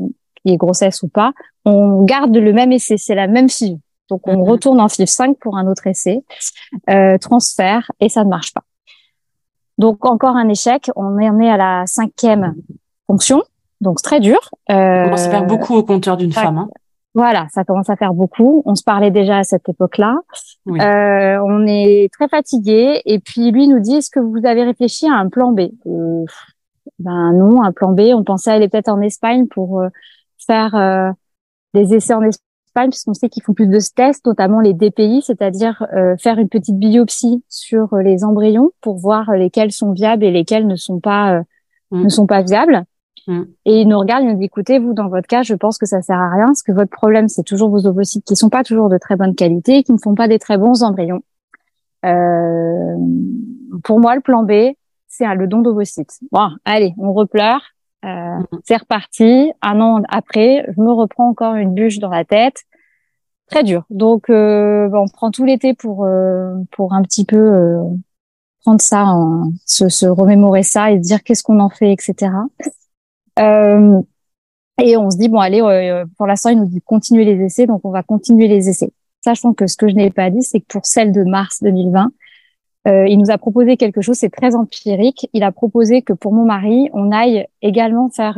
qu'il y ait grossesse ou pas, on garde le même essai, c'est la même FIV. Donc on retourne en FIV 5 pour un autre essai, transfert, et ça ne marche pas. Donc encore un échec, on est à la 5e ponction, donc c'est très dur. Ça commence à faire beaucoup au compteur d'une femme. Hein. Voilà, ça commence à faire beaucoup. On se parlait déjà à cette époque-là. Oui. On est très fatigué, et puis lui nous dit, est-ce que vous avez réfléchi à un plan B? Ben non, un plan B. On pensait aller peut-être en Espagne pour faire des essais en Espagne, puisqu'on sait qu'ils font plus de tests, notamment les DPI, c'est-à-dire faire une petite biopsie sur les embryons pour voir lesquels sont viables et lesquels ne sont pas viables. Et il nous regarde, il nous dit, écoutez, vous, dans votre cas, je pense que ça sert à rien, parce que votre problème, c'est toujours vos ovocytes qui sont pas toujours de très bonne qualité, qui ne font pas des très bons embryons. Pour moi, le plan B, c'est le don d'ovocytes. Bon, allez, on repleure. C'est reparti. Un an après, je me reprends encore une bûche dans la tête. Très dur. Donc, on prend tout l'été pour un petit peu prendre ça, se remémorer ça et se dire qu'est-ce qu'on en fait, etc. Et on se dit, bon, allez, pour l'instant, il nous dit continuer les essais, donc on va continuer les essais. Sachant que ce que je n'ai pas dit, c'est que pour celle de mars 2020, il nous a proposé quelque chose, c'est très empirique. Il a proposé que pour mon mari, on aille également faire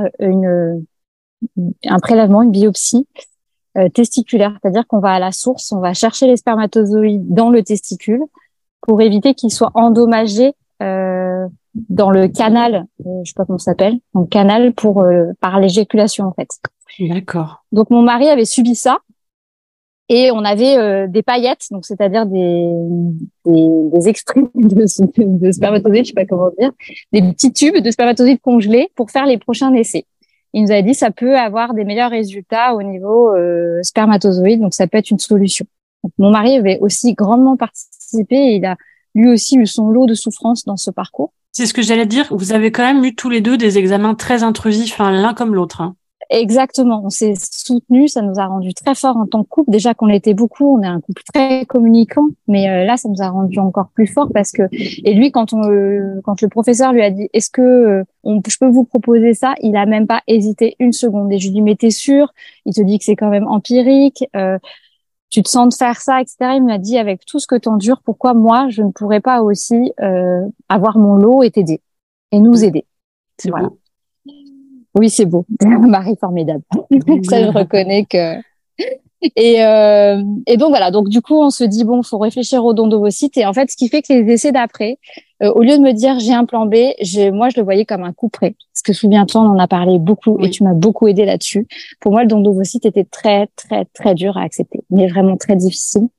un prélèvement, une biopsie testiculaire, c'est-à-dire qu'on va à la source, on va chercher les spermatozoïdes dans le testicule pour éviter qu'ils soient endommagés dans le canal, je sais pas comment ça s'appelle, dans le canal par l'éjaculation en fait. D'accord. Donc mon mari avait subi ça. Et on avait des paillettes, donc c'est-à-dire des extraits de spermatozoïdes, je sais pas comment dire, des petits tubes de spermatozoïdes congelés pour faire les prochains essais. Il nous a dit ça peut avoir des meilleurs résultats au niveau spermatozoïdes, donc ça peut être une solution. Donc, mon mari avait aussi grandement participé et il a lui aussi eu son lot de souffrances dans ce parcours. C'est ce que j'allais dire, vous avez quand même eu tous les deux des examens très intrusifs, hein, l'un comme l'autre. Hein. Exactement, on s'est soutenus, ça nous a rendu très forts en tant que couple. Déjà qu'on l'était beaucoup, on est un couple très communicant, mais là ça nous a rendu encore plus forts parce que et lui quand le professeur lui a dit est-ce que je peux vous proposer ça, il a même pas hésité une seconde et je lui dis mais t'es sûr? Il te dit que c'est quand même empirique, tu te sens de faire ça, etc. Il m'a dit avec tout ce que t'endures, pourquoi moi je ne pourrais pas aussi avoir mon lot et t'aider et nous aider. C'est voilà. beau. Oui, c'est beau. Un mari formidable. Ça, je reconnais que. Et donc voilà. Donc du coup, on se dit bon, faut réfléchir au don d'ovocytes. Et en fait, ce qui fait que les essais d'après, au lieu de me dire j'ai un plan B, moi je le voyais comme un coup près. Parce que souviens-toi, on en a parlé beaucoup et tu m'as beaucoup aidé là-dessus. Pour moi, le don d'ovocytes était très très très dur à accepter, mais vraiment très difficile.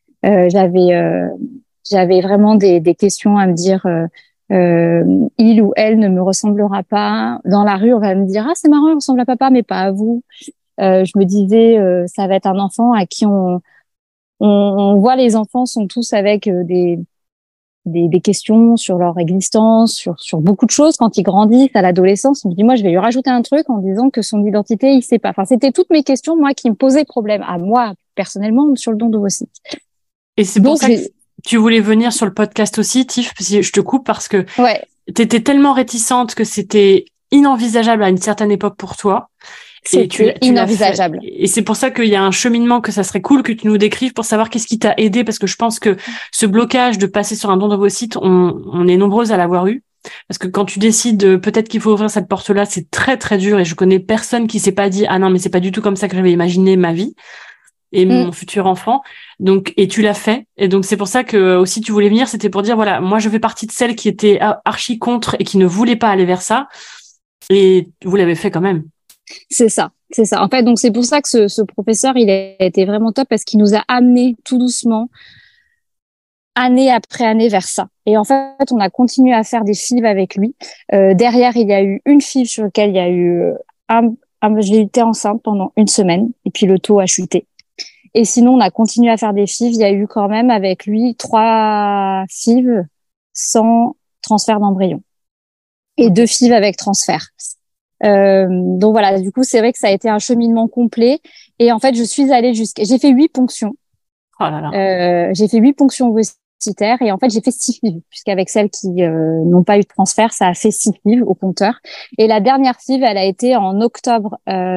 J'avais vraiment des questions à me dire. Il ou elle ne me ressemblera pas. Dans la rue, on va me dire ah c'est marrant, il ressemble à papa, mais pas à vous. Je me disais ça va être un enfant à qui on voit les enfants sont tous avec des questions sur leur existence, sur beaucoup de choses quand ils grandissent à l'adolescence. On me dit moi je vais lui rajouter un truc en disant que son identité il sait pas. Enfin c'était toutes mes questions moi qui me posaient problème à moi personnellement sur le don d'ovocytes. Et c'est pour ça que tu voulais venir sur le podcast aussi, Tiff, je te coupe parce que t'étais tellement réticente que c'était inenvisageable à une certaine époque pour toi. C'était inenvisageable. Et c'est pour ça qu'il y a un cheminement que ça serait cool que tu nous décrives pour savoir qu'est-ce qui t'a aidé, parce que je pense que ce blocage de passer sur un don d'ovocytes, on est nombreuses à l'avoir eu. Parce que quand tu décides peut-être qu'il faut ouvrir cette porte-là, c'est très très dur et je connais personne qui s'est pas dit ah non mais c'est pas du tout comme ça que j'avais imaginé ma vie et mon futur enfant. Donc, et tu l'as fait. Et donc, c'est pour ça que aussi tu voulais venir, c'était pour dire, voilà, moi, je fais partie de celles qui étaient archi contre et qui ne voulaient pas aller vers ça. Et vous l'avez fait quand même. C'est ça. En fait, donc, c'est pour ça que ce professeur, il a été vraiment top parce qu'il nous a amenés tout doucement, année après année vers ça. Et en fait, on a continué à faire des FIV avec lui. Derrière, il y a eu une FIV sur laquelle il y a eu j'ai été enceinte pendant 1 semaine et puis le taux a chuté. Et sinon, on a continué à faire des FIV. Il y a eu quand même avec lui 3 FIV sans transfert d'embryon et 2 FIV avec transfert. Donc voilà, du coup, c'est vrai que ça a été un cheminement complet. Et en fait, je suis allée j'ai fait 8 ponctions. Oh là là. J'ai fait 8 ponctions ovocytaire. Et en fait, j'ai fait 6 FIV, puisqu'avec celles qui n'ont pas eu de transfert, ça a fait 6 FIV au compteur. Et la dernière FIV, elle a été en octobre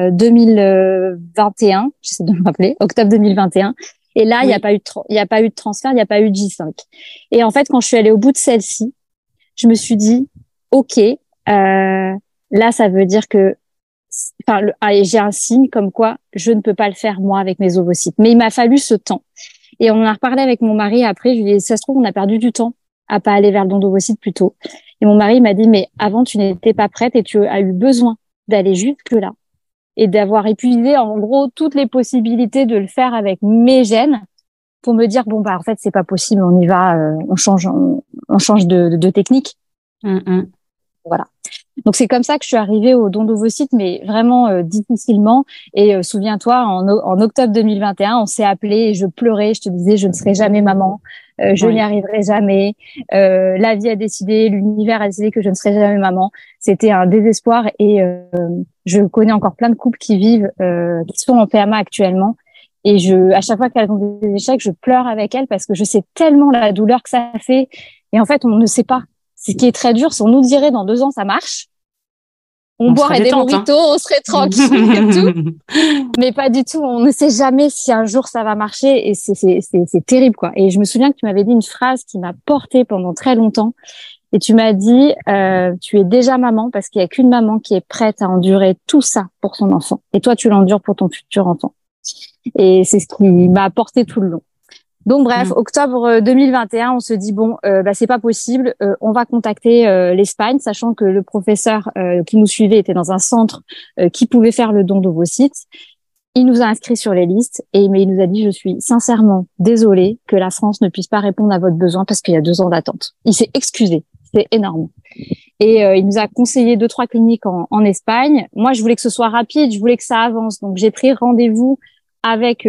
2021. J'essaie de me rappeler, octobre 2021. Et là, il n'y a pas eu de transfert, il n'y a pas eu de J5. Et en fait, quand je suis allée au bout de celle-ci, je me suis dit, OK, là, ça veut dire que, j'ai un signe comme quoi je ne peux pas le faire moi avec mes ovocytes. Mais il m'a fallu ce temps. Et on en a reparlé avec mon mari après. Je lui ai dit, ça se trouve, on a perdu du temps à pas aller vers le don d'ovocytes plus tôt. Et mon mari m'a dit, mais avant, tu n'étais pas prête et tu as eu besoin d'aller jusque-là et d'avoir épuisé, en gros, toutes les possibilités de le faire avec mes gènes pour me dire, bon, bah, en fait, c'est pas possible, on y va, on change de technique. Voilà. Donc c'est comme ça que je suis arrivée au don d'ovocytes, mais vraiment difficilement. Et souviens-toi, en octobre 2021, on s'est appelé et je pleurais. Je te disais, je ne serai jamais maman, je n'y arriverai jamais. La vie a décidé, l'univers a décidé que je ne serai jamais maman. C'était un désespoir et je connais encore plein de couples qui vivent, qui sont en PMA actuellement. Et à chaque fois qu'elles ont des échecs, je pleure avec elles parce que je sais tellement la douleur que ça fait. Et en fait, on ne sait pas. Ce qui est très dur, c'est on nous dirait dans 2 ans ça marche. On boirait des mojitos, on serait tranquille et tout. Mais pas du tout. On ne sait jamais si un jour ça va marcher et c'est terrible, quoi. Et je me souviens que tu m'avais dit une phrase qui m'a portée pendant très longtemps. Et tu m'as dit, tu es déjà maman parce qu'il y a qu'une maman qui est prête à endurer tout ça pour son enfant. Et toi, tu l'endures pour ton futur enfant. Et c'est ce qui m'a porté tout le long. Donc bref, octobre 2021, on se dit bon, c'est pas possible, on va contacter l'Espagne, sachant que le professeur qui nous suivait était dans un centre qui pouvait faire le don d'ovocytes. Il nous a inscrits sur les listes mais il nous a dit, je suis sincèrement désolée que la France ne puisse pas répondre à votre besoin parce qu'il y a 2 ans d'attente. Il s'est excusé, c'est énorme. Et il nous a conseillé 2-3 cliniques en Espagne. Moi, je voulais que ce soit rapide, je voulais que ça avance, donc j'ai pris rendez-vous avec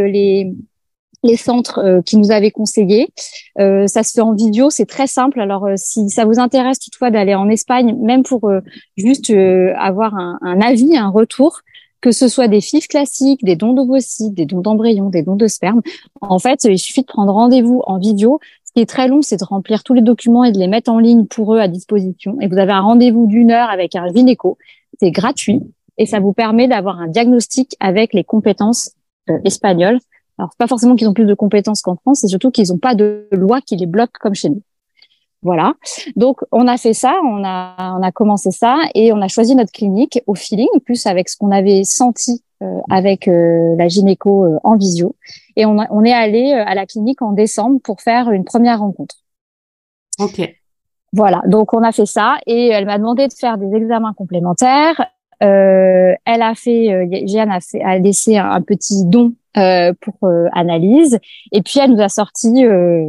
les centres qui nous avaient conseillé. Ça se fait en vidéo, c'est très simple. Alors, si ça vous intéresse toutefois d'aller en Espagne, même pour juste avoir un avis, un retour, que ce soit des FIV classiques, des dons d'ovocytes, des dons d'embryons, des dons de sperme, en fait, il suffit de prendre rendez-vous en vidéo. Ce qui est très long, c'est de remplir tous les documents et de les mettre en ligne pour eux à disposition. Et vous avez un rendez-vous d'1 heure avec un gynéco. C'est gratuit et ça vous permet d'avoir un diagnostic avec les compétences espagnoles. Alors, c'est pas forcément qu'ils ont plus de compétences qu'en France, c'est surtout qu'ils n'ont pas de loi qui les bloque comme chez nous. Voilà. Donc, on a fait ça, on a commencé ça et on a choisi notre clinique au feeling, plus avec ce qu'on avait senti avec la gynéco en visio. Et on est allé à la clinique en décembre pour faire une première rencontre. Ok. Voilà. Donc, on a fait ça et elle m'a demandé de faire des examens complémentaires. Elle a fait, Jeanne a laissé un petit don pour analyse et puis elle nous a sorti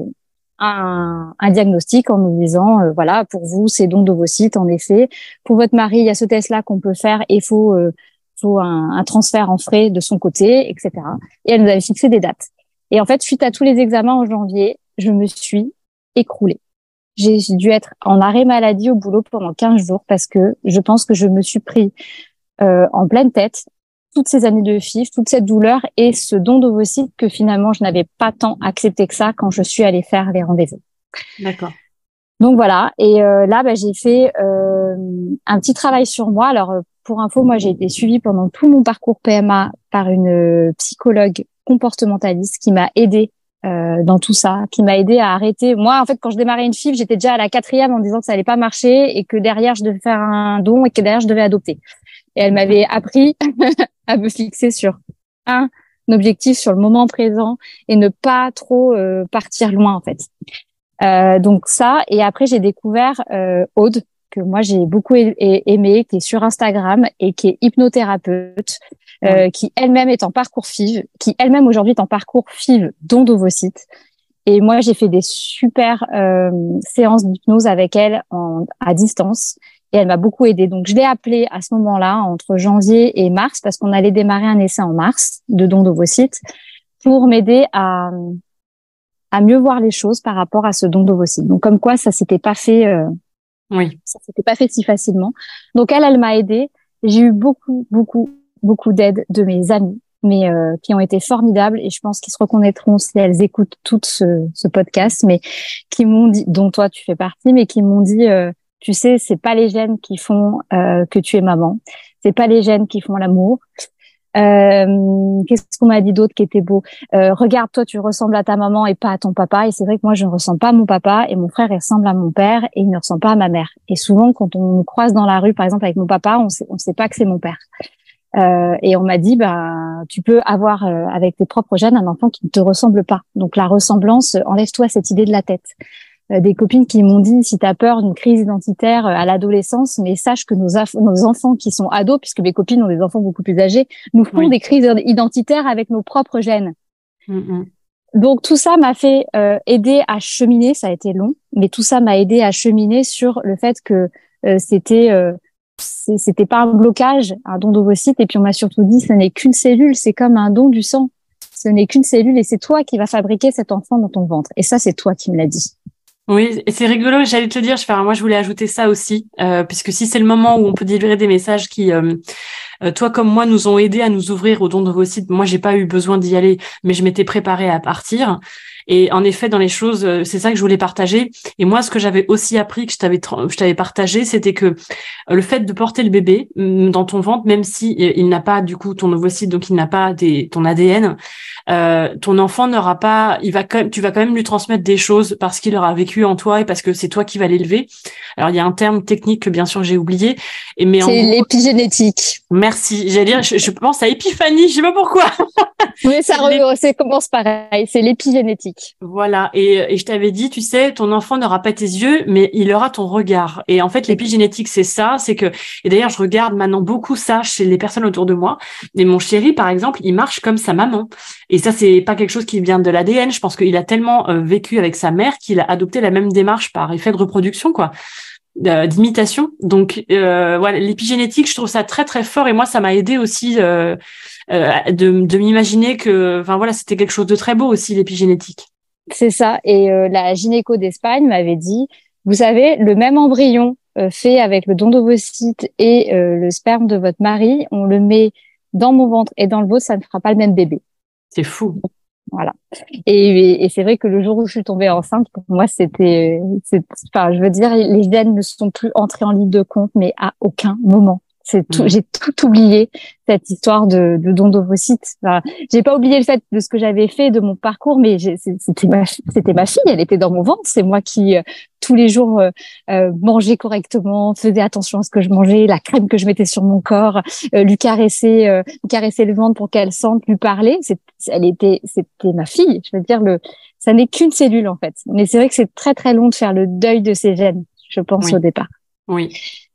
un diagnostic en nous disant voilà, pour vous c'est don d'ovocytes en effet, pour votre mari il y a ce test là qu'on peut faire et faut un transfert en frais de son côté, etc. Et elle nous avait fixé des dates et en fait suite à tous les examens en janvier je me suis écroulée. J'ai dû être en arrêt maladie au boulot pendant 15 jours parce que je pense que je me suis pris en pleine tête toutes ces années de FIV, toute cette douleur et ce don d'ovocytes que finalement je n'avais pas tant accepté que ça quand je suis allée faire les rendez-vous. D'accord. Donc voilà, et là j'ai fait un petit travail sur moi. Alors pour info, moi j'ai été suivie pendant tout mon parcours PMA par une psychologue comportementaliste qui m'a aidée dans tout ça, qui m'a aidée à arrêter. Moi, en fait, quand je démarrais une FIV, j'étais déjà à la 4e en disant que ça allait pas marcher et que derrière je devais faire un don et que derrière je devais adopter. Et elle m'avait appris à me fixer sur un objectif sur le moment présent et ne pas trop partir loin en fait. Donc ça, et après j'ai découvert Aude, que moi j'ai beaucoup aimé, qui est sur Instagram et qui est hypnothérapeute, qui elle-même est en parcours FIV, qui elle-même aujourd'hui est en parcours FIV don d'ovocytes. Et moi j'ai fait des super séances d'hypnose avec elle à distance. Et elle m'a beaucoup aidée. Donc, je l'ai appelée à ce moment-là, entre janvier et mars, parce qu'on allait démarrer un essai en mars de don d'ovocytes pour m'aider à mieux voir les choses par rapport à ce don d'ovocytes. Donc, comme quoi, ça s'était pas fait, ça s'était pas fait si facilement. Donc, elle m'a aidée. J'ai eu beaucoup d'aide de mes amis. mais qui ont été formidables et je pense qu'ils se reconnaîtront si elles écoutent tout ce podcast, mais qui m'ont dit, dont toi tu fais partie, mais qui m'ont dit, tu sais, c'est pas les gènes qui font que tu es maman, c'est pas les gènes qui font l'amour. Qu'est-ce qu'on m'a dit d'autre qui était beau? Regarde, toi, tu ressembles à ta maman et pas à ton papa. Et c'est vrai que moi, je ne ressemble pas à mon papa et mon frère, il ressemble à mon père et il ne ressemble pas à ma mère. Et souvent, quand on nous croise dans la rue, par exemple, avec mon papa, on sait pas que c'est mon père. Et on m'a dit, tu peux avoir avec tes propres gènes un enfant qui ne te ressemble pas. Donc la ressemblance, enlève-toi cette idée de la tête. Des copines qui m'ont dit, si tu as peur d'une crise identitaire à l'adolescence, mais sache que nos enfants qui sont ados, puisque mes copines ont des enfants beaucoup plus âgés, nous font des crises identitaires avec nos propres gènes. Donc tout ça m'a fait aider à cheminer, ça a été long, mais tout ça m'a aidé à cheminer sur le fait que c'était pas un blocage, un don d'ovocytes, et puis on m'a surtout dit, ce n'est qu'une cellule, c'est comme un don du sang. Ce n'est qu'une cellule et c'est toi qui vas fabriquer cet enfant dans ton ventre. Et ça, c'est toi qui me l'as dit. Oui, et c'est rigolo, j'allais te le dire, moi je voulais ajouter ça aussi, puisque si c'est le moment où on peut délivrer des messages qui, toi comme moi, nous ont aidés à nous ouvrir au don d'ovocytes, moi j'ai pas eu besoin d'y aller, mais je m'étais préparée à partir. Et en effet, dans les choses, c'est ça que je voulais partager. Et moi, ce que j'avais aussi appris, que je t'avais partagé, c'était que le fait de porter le bébé dans ton ventre, même si il n'a pas du coup ton ovocyte, donc il n'a pas ton ADN, ton enfant n'aura pas, tu vas quand même lui transmettre des choses parce qu'il aura vécu en toi et parce que c'est toi qui vas l'élever. Alors il y a un terme technique que bien sûr j'ai oublié, mais c'est l'épigénétique. Merci. J'allais dire, je pense à épiphanie, je sais pas pourquoi. Oui, ça commence pareil, c'est l'épigénétique. Voilà, et je t'avais dit, tu sais, ton enfant n'aura pas tes yeux, mais il aura ton regard. Et en fait, l'épigénétique, c'est ça, c'est que, et d'ailleurs, je regarde maintenant beaucoup ça chez les personnes autour de moi. Et mon chéri, par exemple, il marche comme sa maman. Et ça, c'est pas quelque chose qui vient de l'ADN. Je pense qu'il a tellement vécu avec sa mère qu'il a adopté la même démarche par effet de reproduction, quoi. D'imitation. Donc voilà, l'épigénétique, je trouve ça très très fort et moi ça m'a aidé aussi de m'imaginer que voilà, c'était quelque chose de très beau aussi l'épigénétique. C'est ça, et la gynéco d'Espagne m'avait dit, vous savez, le même embryon fait avec le don d'ovocytes et le sperme de votre mari, on le met dans mon ventre et dans le vôtre, ça ne fera pas le même bébé. C'est fou. Voilà. Et c'est vrai que le jour où je suis tombée enceinte, pour moi, je veux dire, les gènes ne sont plus entrés en ligne de compte, mais à aucun moment. J'ai tout oublié, cette histoire de don d'ovocytes. Enfin, j'ai pas oublié le fait de ce que j'avais fait, de mon parcours, mais c'était ma fille, elle était dans mon ventre. C'est moi qui, tous les jours, mangeais correctement, faisais attention à ce que je mangeais, la crème que je mettais sur mon corps, lui caresser le ventre pour qu'elle sente, lui parler. C'était ma fille. Je veux dire, ça n'est qu'une cellule, en fait. Mais c'est vrai que c'est très, très long de faire le deuil de ces gènes, je pense, au départ. Oui.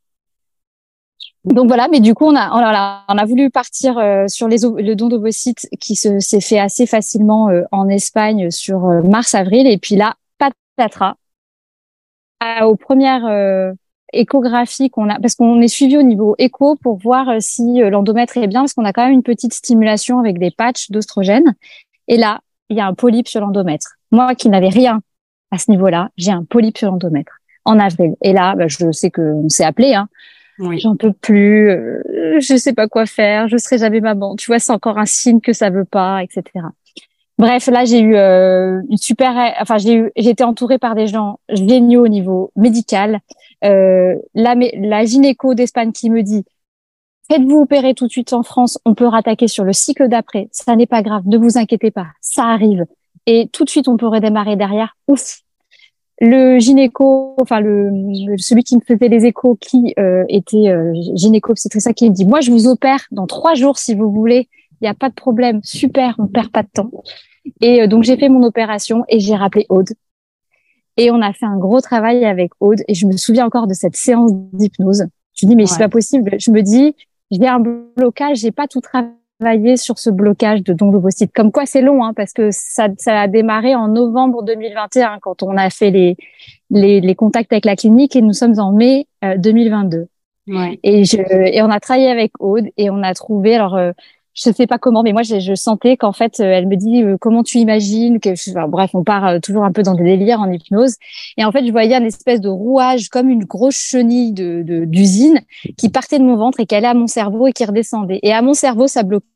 Donc voilà, mais du coup on a voulu partir sur le don d'ovocytes qui s'est fait assez facilement en Espagne sur mars-avril, et puis là patatras aux premières échographies qu'on a, parce qu'on est suivi au niveau écho pour voir si l'endomètre est bien, parce qu'on a quand même une petite stimulation avec des patchs d'oestrogène, et là il y a un polype sur l'endomètre. Moi qui n'avais rien à ce niveau-là, j'ai un polype sur l'endomètre en avril, et là je sais qu'on s'est appelé, hein. Oui. J'en peux plus, je sais pas quoi faire, je serai jamais maman. Tu vois, c'est encore un signe que ça veut pas, etc. Bref, là, j'ai eu j'ai été entourée par des gens géniaux au niveau médical. La gynéco d'Espagne qui me dit, faites-vous opérer tout de suite en France, on peut rattaquer sur le cycle d'après. Ça n'est pas grave, ne vous inquiétez pas, ça arrive. Et tout de suite, on peut redémarrer derrière. Ouf. Le gynéco, celui qui me faisait les échos, qui était gynéco, c'est très ça qui me dit, moi je vous opère dans 3 jours si vous voulez, il n'y a pas de problème, super, on perd pas de temps. Et donc j'ai fait mon opération et j'ai rappelé Aude. Et on a fait un gros travail avec Aude et je me souviens encore de cette séance d'hypnose. Je me dis mais c'est pas possible. Je me dis j'ai un blocage, j'ai pas tout travaillé sur ce blocage de don d'ovocytes. Comme quoi c'est long, hein, parce que ça a démarré en novembre 2021 quand on a fait les contacts avec la clinique et nous sommes en mai 2022. Ouais. Et on a travaillé avec Aude et on a trouvé, alors je sais pas comment, mais moi je sentais qu'en fait elle me dit comment tu imagines que, bref, on part toujours un peu dans des délires en hypnose, et en fait je voyais une espèce de rouage comme une grosse chenille d'usine qui partait de mon ventre et qui allait à mon cerveau et qui redescendait, et à mon cerveau ça bloquait.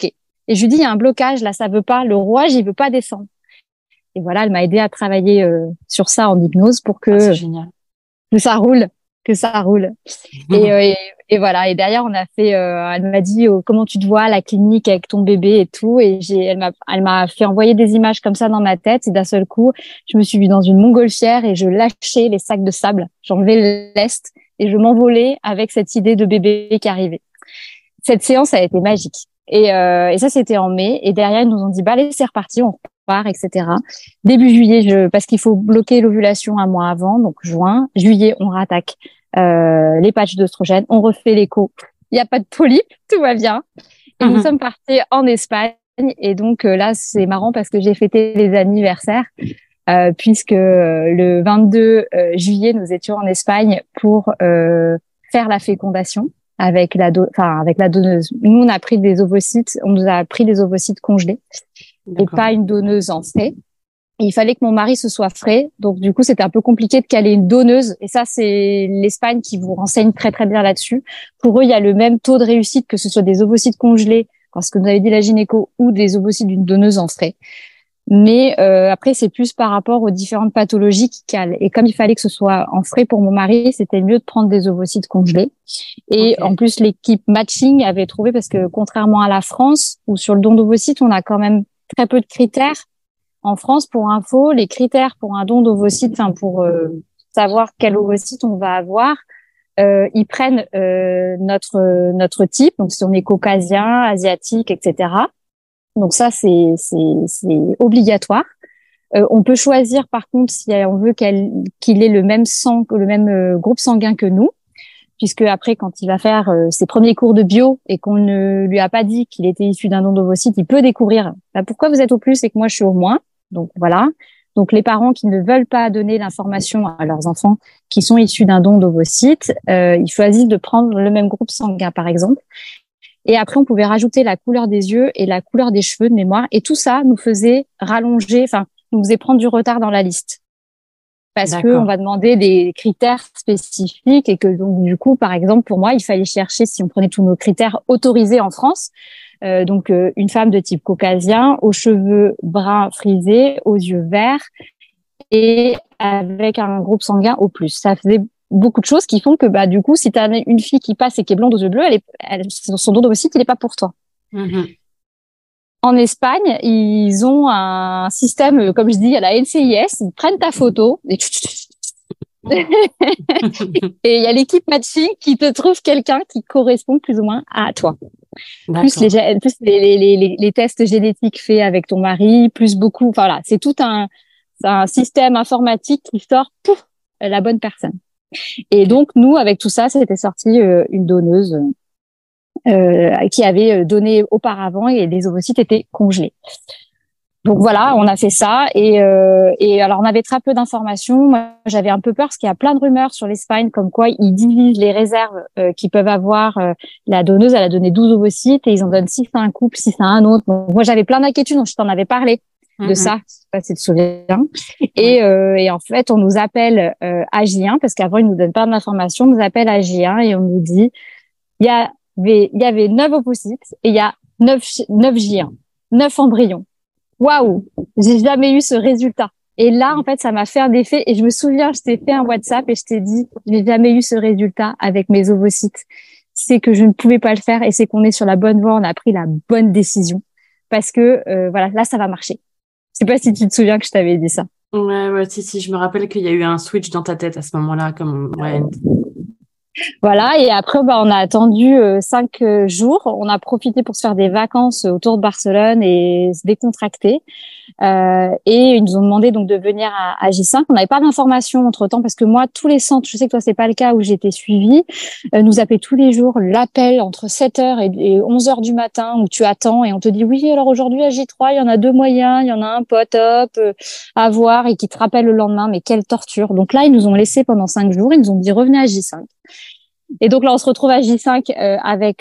Et je lui dis, il y a un blocage, là, ça veut pas, le rouage, il veut pas descendre. Et voilà, elle m'a aidé à travailler sur ça en hypnose pour C'est génial. que ça roule, que ça roule. Et, euh, et, et voilà. Et derrière, on a fait. Elle m'a dit comment tu te vois à la clinique avec ton bébé et tout. Et elle m'a fait envoyer des images comme ça dans ma tête. Et d'un seul coup, je me suis vue dans une montgolfière et je lâchais les sacs de sable. J'enlevais le lest et je m'envolais avec cette idée de bébé qui arrivait. Cette séance a été magique. Et ça, c'était en mai. Et derrière, ils nous ont dit, bah, allez, c'est reparti, on repart, etc. Début juillet, parce qu'il faut bloquer l'ovulation un mois avant, donc juin. Juillet, on rattaque les patchs d'œstrogène, on refait l'écho. Il n'y a pas de polype, tout va bien. Et nous sommes partis en Espagne. Et donc là, c'est marrant parce que j'ai fêté les anniversaires, puisque le 22 juillet, nous étions en Espagne pour faire la fécondation avec avec la donneuse. Nous, on a pris des ovocytes, on nous a pris des ovocytes congelés et pas une donneuse en frais. Et il fallait que mon mari se soit frais, donc du coup c'était un peu compliqué de caler une donneuse. Et ça, c'est l'Espagne qui vous renseigne très très bien là-dessus. Pour eux, il y a le même taux de réussite que ce soit des ovocytes congelés, parce que vous avez dit la gynéco, ou des ovocytes d'une donneuse en frais. Mais après, c'est plus par rapport aux différentes pathologies qui calent. Et comme il fallait que ce soit en frais pour mon mari, c'était mieux de prendre des ovocytes congelés. Et en plus, l'équipe matching avait trouvé, parce que contrairement à la France, où sur le don d'ovocytes, on a quand même très peu de critères. En France, pour info, les critères pour un don d'ovocytes, enfin pour savoir quel ovocyte on va avoir, ils prennent notre type, donc si on est caucasien, asiatique, etc. Donc ça, c'est obligatoire. On peut choisir, par contre, si on veut qu'il ait le même sang, le même groupe sanguin que nous, puisque après, quand il va faire ses premiers cours de bio et qu'on ne lui a pas dit qu'il était issu d'un don d'ovocyte, il peut découvrir pourquoi vous êtes au plus et que moi je suis au moins. Donc voilà. Donc les parents qui ne veulent pas donner l'information à leurs enfants qui sont issus d'un don d'ovocyte, ils choisissent de prendre le même groupe sanguin, par exemple. Et après, on pouvait rajouter la couleur des yeux et la couleur des cheveux de mémoire. Et tout ça nous faisait rallonger, enfin, nous faisait prendre du retard dans la liste. Parce que on va demander des critères spécifiques et que donc, du coup, par exemple, pour moi, il fallait chercher, si on prenait tous nos critères autorisés en France, donc une femme de type caucasien, aux cheveux bruns frisés, aux yeux verts et avec un groupe sanguin au plus. Ça faisait beaucoup de choses qui font que du coup, si tu as une fille qui passe et qui est blonde aux yeux bleus, son don d'ovocyte, il n'est pas pour toi. En Espagne, ils ont un système, comme je dis, à la NCIS, ils prennent ta photo et et il y a l'équipe matching qui te trouve quelqu'un qui correspond plus ou moins à toi. Plus les tests génétiques faits avec ton mari, plus beaucoup. Enfin, voilà, c'est tout un système informatique qui sort la bonne personne. Et donc, nous, avec tout ça, c'était sorti une donneuse qui avait donné auparavant et les ovocytes étaient congelés. Donc voilà, on a fait ça et alors on avait très peu d'informations. Moi, j'avais un peu peur parce qu'il y a plein de rumeurs sur l'Espagne comme quoi ils divisent les réserves qu'ils peuvent avoir. La donneuse, elle a donné 12 ovocytes et ils en donnent 6 à un couple, 6 à un autre. Donc moi, j'avais plein d'inquiétudes, donc je t'en avais parlé de ça, je sais pas si tu te souviens. Et en fait, on nous appelle à J1 parce qu'avant ils nous donnent pas d'informations. On nous appelle à J1 et on nous dit il y avait 9 ovocytes et il y a 9 J1, 9 embryons. Waouh, j'ai jamais eu ce résultat. Et là, en fait, ça m'a fait un effet. Et je me souviens, je t'ai fait un WhatsApp et je t'ai dit, j'ai jamais eu ce résultat avec mes ovocytes. C'est que je ne pouvais pas le faire et c'est qu'on est sur la bonne voie. On a pris la bonne décision parce que voilà, là, ça va marcher. Je sais pas si tu te souviens que je t'avais dit ça. Ouais, si, je me rappelle qu'il y a eu un switch dans ta tête à ce moment-là, Voilà, et après, on a attendu 5 jours. On a profité pour se faire des vacances autour de Barcelone et se décontracter. Et ils nous ont demandé donc de venir à J5. On n'avait pas d'informations entre-temps parce que moi, tous les centres, je sais que toi, c'est pas le cas où j'étais suivie, nous appelaient tous les jours l'appel entre 7h et 11h du matin où tu attends et on te dit oui, alors aujourd'hui à J3, il y en a 2 moyens, il y en a un pas top à voir et qui te rappelle le lendemain. Mais quelle torture. Donc là, ils nous ont laissé pendant 5 jours. Ils nous ont dit revenez à J5. Et donc là, on se retrouve à J5 avec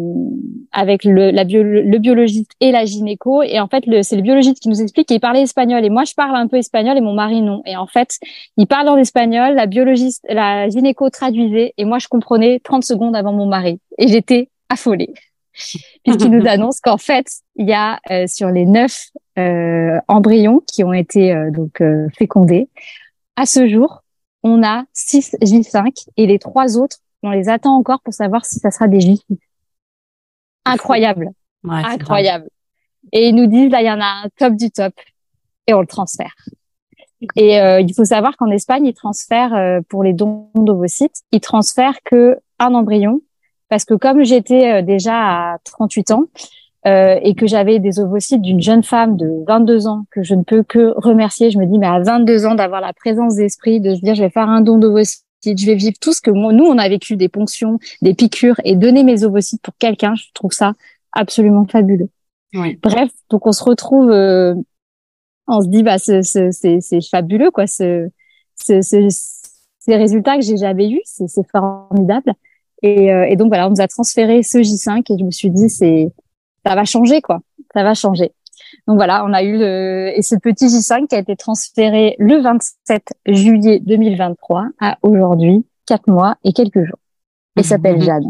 le biologiste et la gynéco. Et en fait, c'est le biologiste qui nous explique qu'il parlait espagnol. Et moi, je parle un peu espagnol et mon mari non. Et en fait, il parle en espagnol, la gynéco traduisait et moi, je comprenais 30 secondes avant mon mari. Et j'étais affolée. puisqu'il nous annonce qu'en fait, il y a sur les 9 embryons qui ont été fécondés, à ce jour, on a 6 J5 et les 3 autres, on les attend encore pour savoir si ça sera des J6. Incroyable. Ouais, Incroyable. Et ils nous disent, là, il y en a un top du top et on le transfère. Et il faut savoir qu'en Espagne, ils transfèrent pour les dons d'ovocytes, ils transfèrent que un embryon parce que comme j'étais déjà à 38 ans et que j'avais des ovocytes d'une jeune femme de 22 ans que je ne peux que remercier, je me dis mais à 22 ans d'avoir la présence d'esprit, de se dire je vais faire un don d'ovocytes, je vais vivre tout ce que nous on a vécu, des ponctions, des piqûres et donner mes ovocytes pour quelqu'un, je trouve ça absolument fabuleux. Oui. Bref, donc on se retrouve on se dit c'est fabuleux quoi ces résultats que j'ai jamais eu, c'est formidable et donc voilà, on nous a transféré ce J5 et je me suis dit ça va changer quoi, ça va changer. Donc voilà, on a eu et ce petit J5 qui a été transféré le 27 juillet 2023 à aujourd'hui, 4 mois et quelques jours. Et s'appelle Jeanne.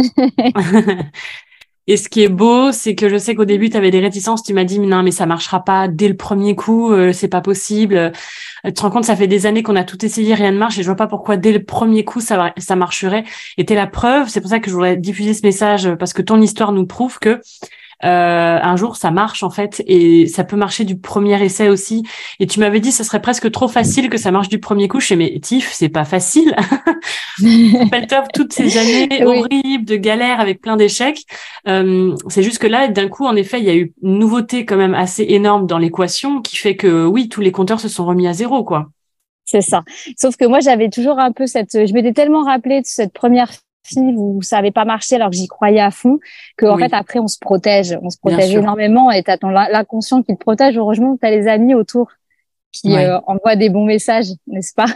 Et ce qui est beau, c'est que je sais qu'au début, tu avais des réticences. Tu m'as dit, mais non, mais ça marchera pas dès le premier coup, c'est pas possible. Tu te rends compte, ça fait des années qu'on a tout essayé, rien ne marche, et je vois pas pourquoi dès le premier coup, ça marcherait. Et t'es la preuve, c'est pour ça que je voudrais diffuser ce message, parce que ton histoire nous prouve que un jour ça marche en fait, et ça peut marcher du premier essai aussi. Et tu m'avais dit ça serait presque trop facile que ça marche du premier coup. Je sais mais Tiff, c'est pas facile. Rappelle-toi toutes ces années Oui. horribles de galères avec plein d'échecs. C'est juste que là d'un coup en effet il y a eu une nouveauté quand même assez énorme dans l'équation qui fait que oui, tous les compteurs se sont remis à zéro quoi. C'est ça. Sauf que moi j'avais toujours un peu je m'étais tellement rappelée de cette première fille où ça avait pas marché alors que j'y croyais à fond que en fait après on se protège énormément et t'as ton l'inconscient qui te protège. Heureusement t'as les amis autour qui envoient des bons messages, n'est-ce pas?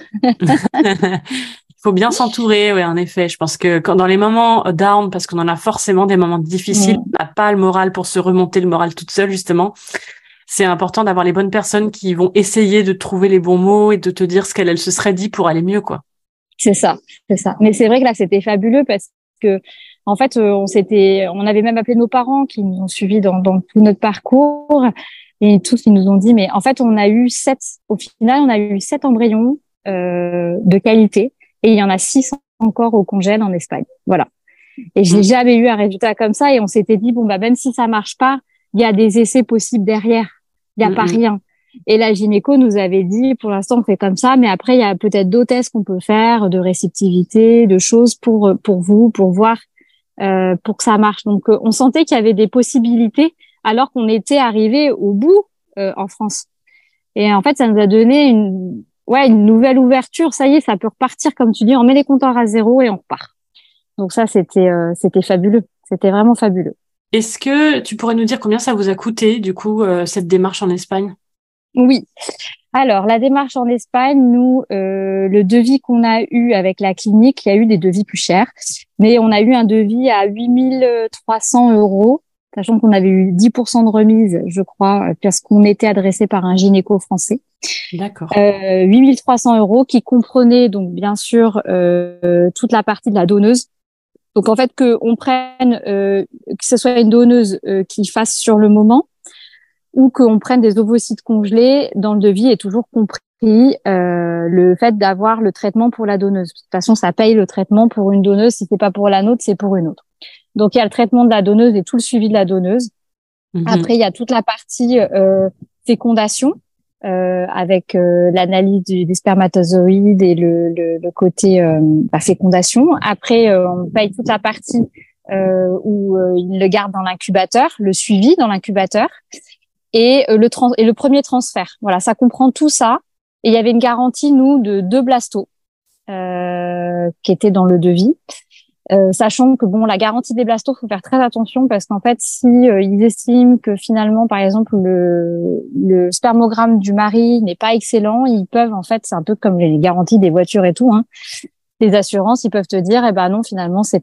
Il faut bien s'entourer, ouais, en effet. Je pense que quand dans les moments down, parce qu'on en a forcément des moments difficiles, on n'a pas le moral pour se remonter le moral toute seule justement. C'est important d'avoir les bonnes personnes qui vont essayer de trouver les bons mots et de te dire ce qu'elle se serait dit pour aller mieux quoi. C'est ça. Mais c'est vrai que là, c'était fabuleux parce que, en fait, on avait même appelé nos parents qui nous ont suivis dans tout notre parcours et tous ils nous ont dit, mais en fait, au final, on a eu 7 embryons, de qualité et il y en a 6 encore au congèle en Espagne. Voilà. Et j'ai jamais eu un résultat comme ça et on s'était dit, bon, bah, même si ça marche pas, il y a des essais possibles derrière. Il y a pas rien. Et la gynéco nous avait dit, pour l'instant, on fait comme ça, mais après, il y a peut-être d'autres tests qu'on peut faire, de réceptivité, de choses pour vous, pour voir, pour que ça marche. Donc, on sentait qu'il y avait des possibilités, alors qu'on était arrivé au bout en France. Et en fait, ça nous a donné une nouvelle ouverture. Ça y est, ça peut repartir, comme tu dis, on met les compteurs à zéro et on repart. Donc ça, c'était fabuleux. C'était vraiment fabuleux. Est-ce que tu pourrais nous dire combien ça vous a coûté, du coup, cette démarche en Espagne? Oui. Alors, la démarche en Espagne, nous, le devis qu'on a eu avec la clinique, il y a eu des devis plus chers, mais on a eu un devis à 8 300 €, sachant qu'on avait eu 10% de remise, je crois, parce qu'on était adressé par un gynéco français. D'accord. 8 300 € qui comprenait donc bien sûr toute la partie de la donneuse. Donc en fait qu'on prenne, que ce soit une donneuse qui fasse sur le moment, ou qu'on prenne des ovocytes congelés, dans le devis est toujours compris le fait d'avoir le traitement pour la donneuse. De toute façon, ça paye le traitement pour une donneuse. Si c'est pas pour la nôtre, c'est pour une autre. Donc, il y a le traitement de la donneuse et tout le suivi de la donneuse. Après, il y a toute la partie fécondation avec l'analyse des spermatozoïdes et le côté fécondation. Après, on paye toute la partie où ils le gardent dans l'incubateur, le suivi dans l'incubateur. Et le premier transfert. Voilà, ça comprend tout ça. Et il y avait une garantie, nous, de 2 blastos qui étaient dans le devis. Sachant que bon, la garantie des blastos, faut faire très attention parce qu'en fait, si ils estiment que finalement, par exemple, le spermogramme du mari n'est pas excellent, ils peuvent en fait, c'est un peu comme les garanties des voitures et tout, hein, les assurances, ils peuvent te dire, eh ben non, finalement, c'est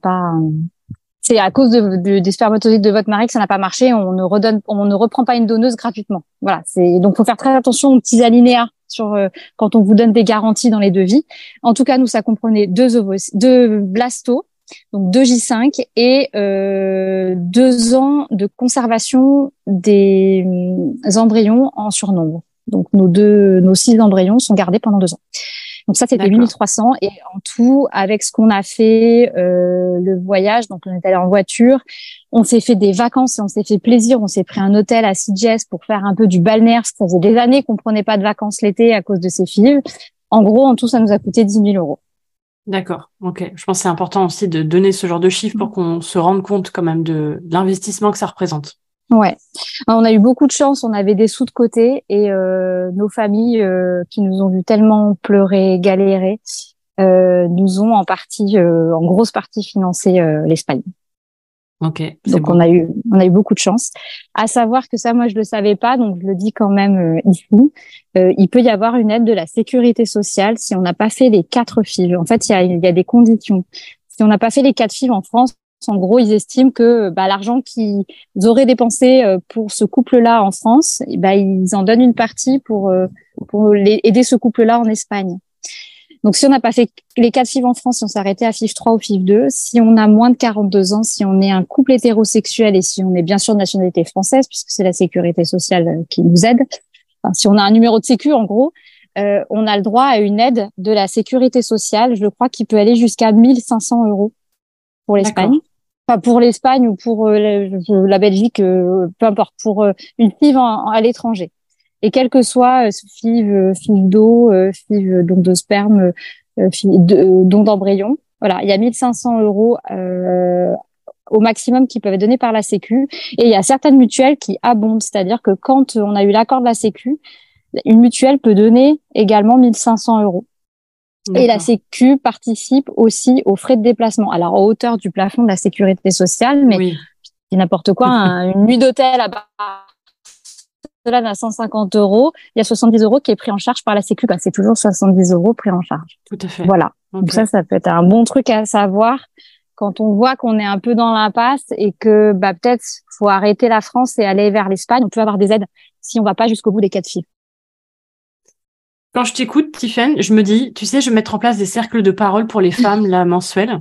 à cause des spermatozoïdes de votre mari que ça n'a pas marché. On ne reprend pas une donneuse gratuitement. Voilà. Donc faut faire très attention aux petits alinéas quand on vous donne des garanties dans les devis. En tout cas, nous ça comprenait 2 blastos, donc 2 J5 et 2 2 ans de conservation des embryons en surnombre. Donc nos 6 embryons sont gardés pendant 2 ans. Donc ça, c'était 8300 et en tout, avec ce qu'on a fait, le voyage, donc on est allé en voiture, on s'est fait des vacances et on s'est fait plaisir, on s'est pris un hôtel à Sitges pour faire un peu du balnéaire, ça faisait des années qu'on prenait pas de vacances l'été à cause de ces filles. En gros, en tout, ça nous a coûté 10 000 euros. D'accord, ok. Je pense que c'est important aussi de donner ce genre de chiffres pour qu'on se rende compte quand même de l'investissement que ça représente. Ouais, on a eu beaucoup de chance, on avait des sous de côté et nos familles qui nous ont vu tellement pleurer, galérer, nous ont en grosse partie financé l'Espagne. Ok, donc bon. on a eu beaucoup de chance. À savoir que ça, moi je le savais pas, donc je le dis quand même ici. Il peut y avoir une aide de la sécurité sociale si on n'a pas fait les 4 FIV. En fait, il y a des conditions. Si on n'a pas fait les 4 FIV en France, en gros, ils estiment que l'argent qu'ils auraient dépensé pour ce couple-là en France, ils en donnent une partie pour aider ce couple-là en Espagne. Donc, si on n'a pas fait les 4 FIV en France, si on s'arrêtait à FIV 3 ou FIV 2, si on a moins de 42 ans, si on est un couple hétérosexuel et si on est bien sûr de nationalité française, puisque c'est la sécurité sociale qui nous aide, enfin, si on a un numéro de sécu, en gros, on a le droit à une aide de la sécurité sociale, je crois, qui peut aller jusqu'à 1 500 euros pour l'Espagne. D'accord. Pas pour l'Espagne ou pour la Belgique, peu importe, pour une FIV à l'étranger. Et quel que soit FIV d'eau, FIV donc de sperme, don d'embryon, voilà, il y a 1 500 euros au maximum qui peuvent être donnés par la Sécu. Et il y a certaines mutuelles qui abondent, c'est-à-dire que quand on a eu l'accord de la Sécu, une mutuelle peut donner également 1 500 euros. D'accord. Et la Sécu participe aussi aux frais de déplacement. Alors, à hauteur du plafond de la sécurité sociale, mais oui. C'est n'importe quoi. Une nuit d'hôtel à Barcelone à 150 euros, il y a 70 euros qui est pris en charge par la Sécu. C'est toujours 70 euros pris en charge. Tout à fait. Voilà. Okay. Donc ça peut être un bon truc à savoir quand on voit qu'on est un peu dans l'impasse et que peut-être faut arrêter la France et aller vers l'Espagne. On peut avoir des aides si on va pas jusqu'au bout des 4 FIV. Quand je t'écoute, Tiffaine, je me dis, tu sais, je vais mettre en place des cercles de parole pour les femmes, là, mensuels.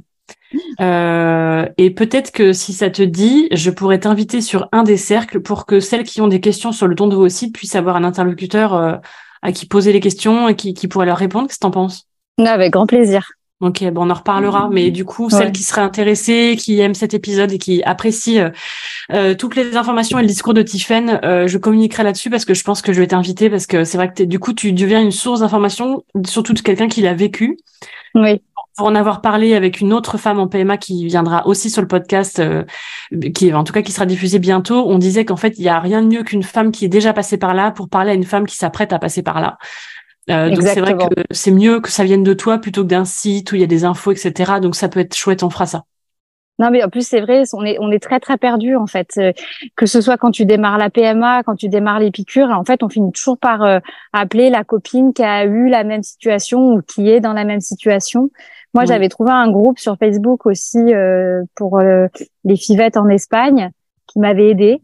Et peut-être que si ça te dit, je pourrais t'inviter sur un des cercles pour que celles qui ont des questions sur le ton de vos sites puissent avoir un interlocuteur à qui poser les questions et qui pourrait leur répondre. Qu'est-ce que t'en penses? Avec grand plaisir. Ok, on en reparlera. Mais du coup, celles qui seraient intéressées, qui aiment cet épisode et qui apprécient toutes les informations et le discours de Tiffaine, je communiquerai là-dessus parce que je pense que je vais t'inviter parce que c'est vrai que du coup, tu deviens une source d'information, surtout de quelqu'un qui l'a vécu. Oui. Pour en avoir parlé avec une autre femme en PMA qui viendra aussi sur le podcast, qui sera diffusé bientôt, on disait qu'en fait, il y a rien de mieux qu'une femme qui est déjà passée par là pour parler à une femme qui s'apprête à passer par là. Donc c'est vrai que c'est mieux que ça vienne de toi plutôt que d'un site où il y a des infos, etc. Donc ça peut être chouette, on fera ça. Non, mais en plus, c'est vrai, on est très, très perdu, en fait. Que ce soit quand tu démarres la PMA, quand tu démarres les piqûres, en fait, on finit toujours par appeler la copine qui a eu la même situation ou qui est dans la même situation. Moi, j'avais trouvé un groupe sur Facebook aussi pour les fivettes en Espagne qui m'avait aidé.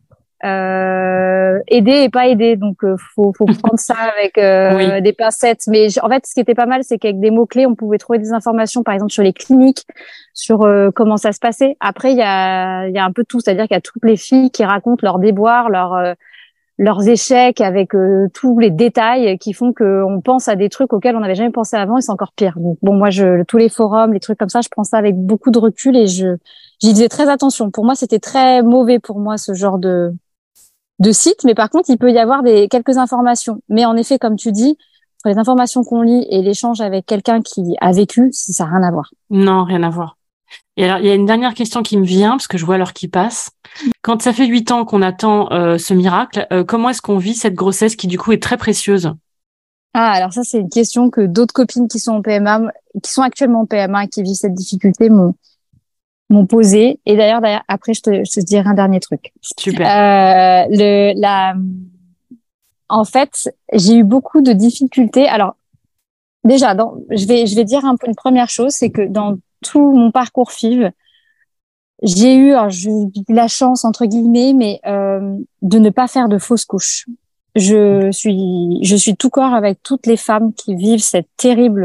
Aider et pas aider, donc faut prendre ça avec des pincettes. Mais en fait, ce qui était pas mal, c'est qu'avec des mots clés, on pouvait trouver des informations, par exemple sur les cliniques, sur comment ça se passait. Après, il y a un peu de tout, c'est-à-dire qu'il y a toutes les filles qui racontent leurs déboires, leurs échecs avec tous les détails qui font qu'on pense à des trucs auxquels on n'avait jamais pensé avant et c'est encore pire. Donc bon, moi, tous les forums, les trucs comme ça, je prends ça avec beaucoup de recul et j'y faisais très attention. Pour moi, c'était très mauvais pour moi ce genre de site, mais par contre, il peut y avoir quelques informations. Mais en effet, comme tu dis, entre les informations qu'on lit et l'échange avec quelqu'un qui a vécu, ça n'a rien à voir. Non, rien à voir. Et alors, il y a une dernière question qui me vient, parce que je vois l'heure qui passe. Quand ça fait 8 ans qu'on attend ce miracle, comment est-ce qu'on vit cette grossesse qui, du coup, est très précieuse? Ah, alors ça, c'est une question que d'autres copines qui sont en PMA, qui sont actuellement en PMA, qui vivent cette difficulté, m'ont posé. Et d'ailleurs, après, je te dirai un dernier truc. Super. En fait, j'ai eu beaucoup de difficultés. Alors, déjà, je vais dire une première chose, c'est que dans tout mon parcours FIV, j'ai eu la chance, entre guillemets, mais de ne pas faire de fausses couches. Je suis tout corps avec toutes les femmes qui vivent cette terrible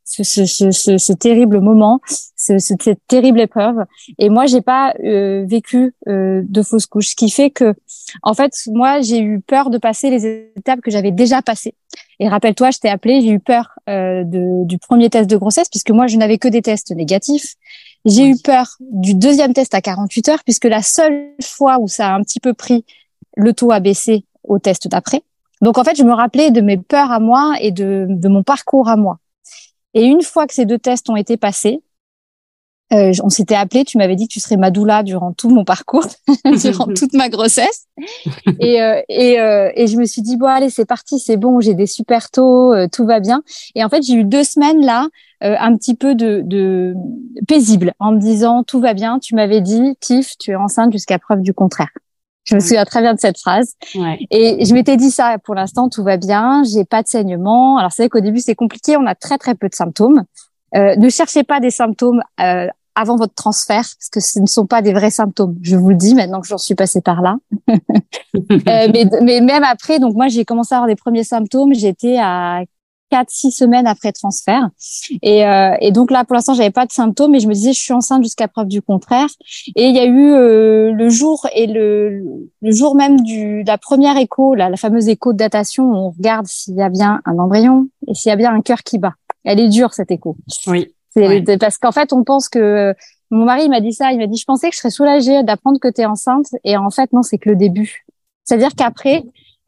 ce terrible moment, cette terrible épreuve. Et moi, j'ai pas vécu de fausse couche, ce qui fait que, en fait, moi, j'ai eu peur de passer les étapes que j'avais déjà passées. Et rappelle-toi, je t'ai appelé, j'ai eu peur du premier test de grossesse, puisque moi, je n'avais que des tests négatifs. J'ai eu peur du deuxième test à 48 heures, puisque la seule fois où ça a un petit peu pris, le taux a baissé au test d'après. Donc, en fait, je me rappelais de mes peurs à moi et de mon parcours à moi. Et une fois que ces 2 tests ont été passés, on s'était appelé, tu m'avais dit que tu serais ma doula durant tout mon parcours, durant toute ma grossesse. Et je me suis dit, bon, allez, c'est parti, c'est bon, j'ai des super taux, tout va bien. Et en fait, j'ai eu 2 semaines là, un petit peu de paisible, en me disant, tout va bien. Tu m'avais dit, Tiff, tu es enceinte jusqu'à preuve du contraire. Je me souviens très bien de cette phrase. Ouais. Et je m'étais dit ça, pour l'instant, tout va bien, j'ai pas de saignement. Alors, c'est vrai qu'au début, c'est compliqué, on a très, très peu de symptômes. Ne cherchez pas des symptômes avant votre transfert, parce que ce ne sont pas des vrais symptômes. Je vous le dis, maintenant que j'en suis passée par là. Mais même après, donc moi, j'ai commencé à avoir des premiers symptômes. J'étais à 4-6 semaines après transfert. Et donc là, pour l'instant, j'avais pas de symptômes, mais je me disais, je suis enceinte jusqu'à preuve du contraire. Et il y a eu le jour et le jour même de la première écho, la fameuse écho de datation, où on regarde s'il y a bien un embryon et s'il y a bien un cœur qui bat. Elle est dure, cette écho. Oui. Parce qu'en fait, on pense que mon mari, il m'a dit ça. Il m'a dit, je pensais que je serais soulagée d'apprendre que tu es enceinte. Et en fait, non, c'est que le début. C'est-à-dire qu'après,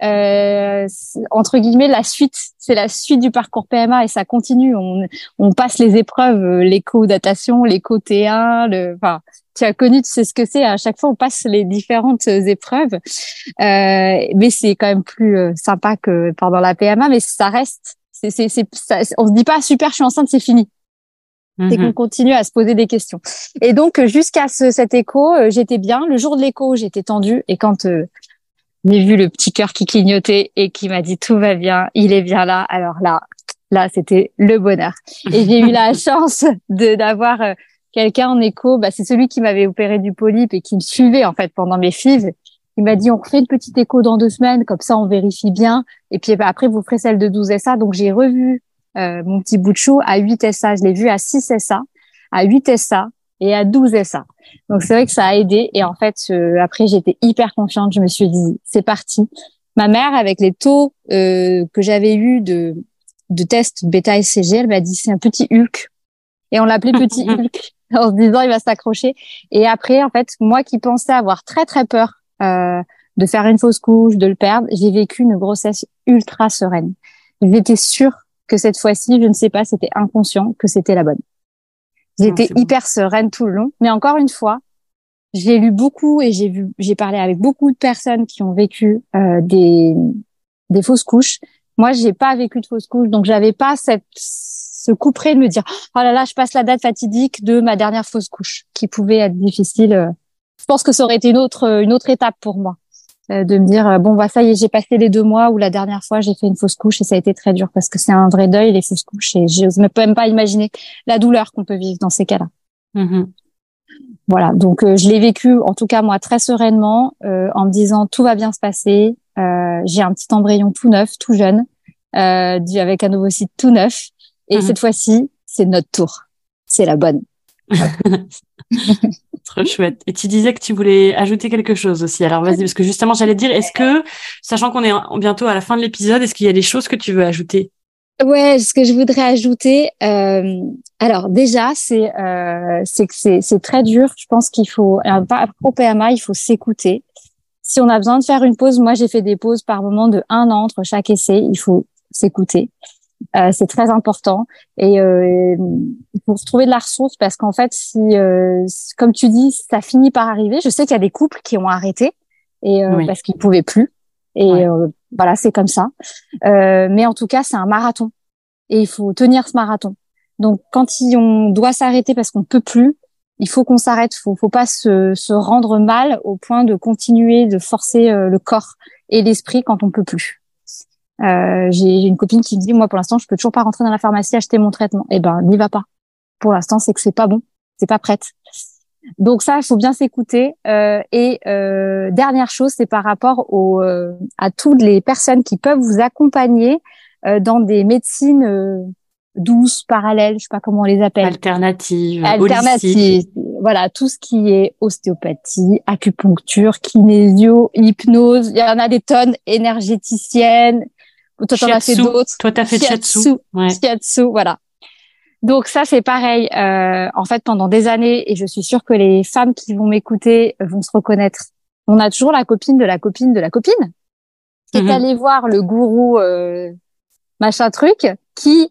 entre guillemets, la suite, c'est la suite du parcours PMA et ça continue. On passe les épreuves, l'écho-datation, l'écho T1, enfin, tu as connu, tu sais ce que c'est. À chaque fois, on passe les différentes épreuves. Mais c'est quand même plus sympa que pendant la PMA, mais ça reste, ça, on se dit pas, super, je suis enceinte, c'est fini. C'est qu'on continue à se poser des questions. Et donc, jusqu'à cet écho, j'étais bien. Le jour de l'écho, j'étais tendue. Et quand j'ai vu le petit cœur qui clignotait et qui m'a dit tout va bien, il est bien là. Alors là, c'était le bonheur. Et j'ai eu la chance d'avoir quelqu'un en écho. Bah, c'est celui qui m'avait opéré du polype et qui me suivait en fait pendant mes FIV. Il m'a dit on refait une petite écho dans 2 semaines, comme ça on vérifie bien. Et puis après vous ferez celle de 12 SA. Donc j'ai revu mon petit bout de chou à 8 SA. Je l'ai vu à 6 SA, à 8 SA et à 12 SA. Donc c'est vrai que ça a aidé et en fait après j'étais hyper confiante, je me suis dit c'est parti. Ma mère avec les taux que j'avais eu de tests bêta SCG, elle m'a dit c'est un petit Hulk et on l'appelait petit Hulk en se disant il va s'accrocher. Et après en fait moi qui pensais avoir très très peur de faire une fausse couche, de le perdre, j'ai vécu une grossesse ultra sereine. J'étais sûre que cette fois-ci, je ne sais pas, c'était inconscient que c'était la bonne. J'étais hyper sereine tout le long. Mais encore une fois, j'ai lu beaucoup et j'ai parlé avec beaucoup de personnes qui ont vécu des fausses couches. Moi, j'ai pas vécu de fausses couches, donc j'avais pas ce coup près de me dire oh là là, je passe la date fatidique de ma dernière fausse couche, qui pouvait être difficile. Je pense que ça aurait été une autre étape pour moi. De me dire bon bah ça y est, j'ai passé les 2 mois où la dernière fois j'ai fait une fausse couche et ça a été très dur parce que c'est un vrai deuil les fausses couches et j'ose même pas imaginer la douleur qu'on peut vivre dans ces cas-là. Voilà, donc je l'ai vécu en tout cas moi très sereinement en me disant tout va bien se passer. J'ai un petit embryon tout neuf, tout jeune, avec un ovocyte tout neuf et cette fois-ci c'est notre tour, c'est la bonne. Trop chouette. Et tu disais que tu voulais ajouter quelque chose aussi. Alors vas-y, parce que justement, j'allais te dire, est-ce que, sachant qu'on est bientôt à la fin de l'épisode, est-ce qu'il y a des choses que tu veux ajouter? Ouais, ce que je voudrais ajouter, alors déjà, c'est que c'est très dur. Je pense qu'il faut, au PMA, il faut s'écouter. Si on a besoin de faire une pause, moi j'ai fait des pauses par moment de 1 an entre chaque essai. Il faut s'écouter. C'est très important et il faut retrouver de la ressource parce qu'en fait si comme tu dis ça finit par arriver, je sais qu'il y a des couples qui ont arrêté et parce qu'ils pouvaient plus et voilà, c'est comme ça, mais en tout cas c'est un marathon et il faut tenir ce marathon. Donc quand on doit s'arrêter parce qu'on peut plus, il faut qu'on s'arrête, faut pas se rendre mal au point de continuer de forcer le corps et l'esprit quand on peut plus. J'ai une copine qui me dit moi pour l'instant je peux toujours pas rentrer dans la pharmacie acheter mon traitement. Eh ben n'y va pas. Pour l'instant c'est que c'est pas bon, c'est pas prête. Donc ça il faut bien s'écouter. Dernière chose c'est par rapport à toutes les personnes qui peuvent vous accompagner dans des médecines douces, parallèles, je sais pas comment on les appelle. Alternative, Alternatives. holistique. Voilà, tout ce qui est ostéopathie, acupuncture, kinésio, hypnose. Il y en a des tonnes, énergéticienne. Toi, t'en as fait Shiatsu. d'autres. Toi, t'as fait shiatsu. Ouais. Shiatsu, voilà. Donc ça, c'est pareil. En fait, pendant des années, et je suis sûre que les femmes qui vont m'écouter vont se reconnaître. On a toujours la copine de la copine de la copine qui est allée voir le gourou machin truc qui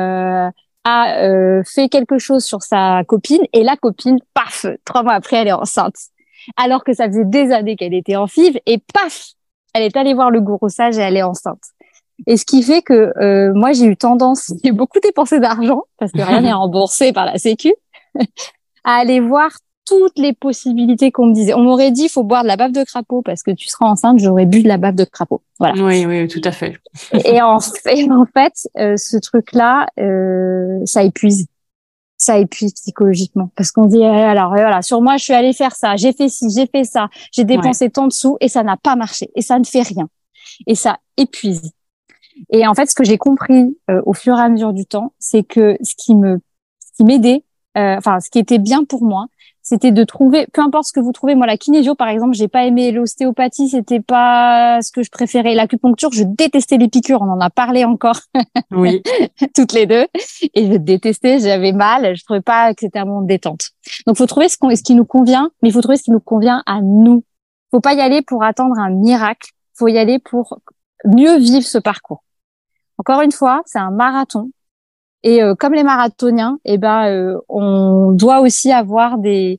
a fait quelque chose sur sa copine et la copine, paf, 3 mois après, elle est enceinte. Alors que ça faisait des années qu'elle était en FIV et paf, elle est allée voir le gourou sage et elle est enceinte. Et ce qui fait que moi, j'ai eu tendance, j'ai beaucoup dépensé d'argent parce que rien n'est remboursé par la Sécu, à aller voir toutes les possibilités qu'on me disait. On m'aurait dit, il faut boire de la bave de crapaud parce que tu seras enceinte. J'aurais bu de la bave de crapaud. Voilà. Oui, oui, tout à fait. et en fait, ce truc-là, ça épuise. Ça épuise psychologiquement parce qu'on dit alors voilà, sur moi, je suis allée faire ça, j'ai fait ci, j'ai fait ça, j'ai dépensé tant de sous et ça n'a pas marché et ça ne fait rien et ça épuise. Et en fait, ce que j'ai compris au fur et à mesure du temps, c'est que ce qui m'aidait, ce qui était bien pour moi, c'était de trouver, peu importe ce que vous trouvez. Moi, la kinésio, par exemple, j'ai pas aimé. L'ostéopathie, c'était pas ce que je préférais. L'acupuncture, je détestais les piqûres. On en a parlé encore. Oui. Toutes les deux. Et je détestais, j'avais mal. Je trouvais pas que c'était un moment de détente. Donc, faut trouver ce qui nous convient, mais il faut trouver ce qui nous convient à nous. Faut pas y aller pour attendre un miracle. Faut y aller pour mieux vivre ce parcours. Encore une fois, c'est un marathon. Et comme les marathoniens, on doit aussi avoir de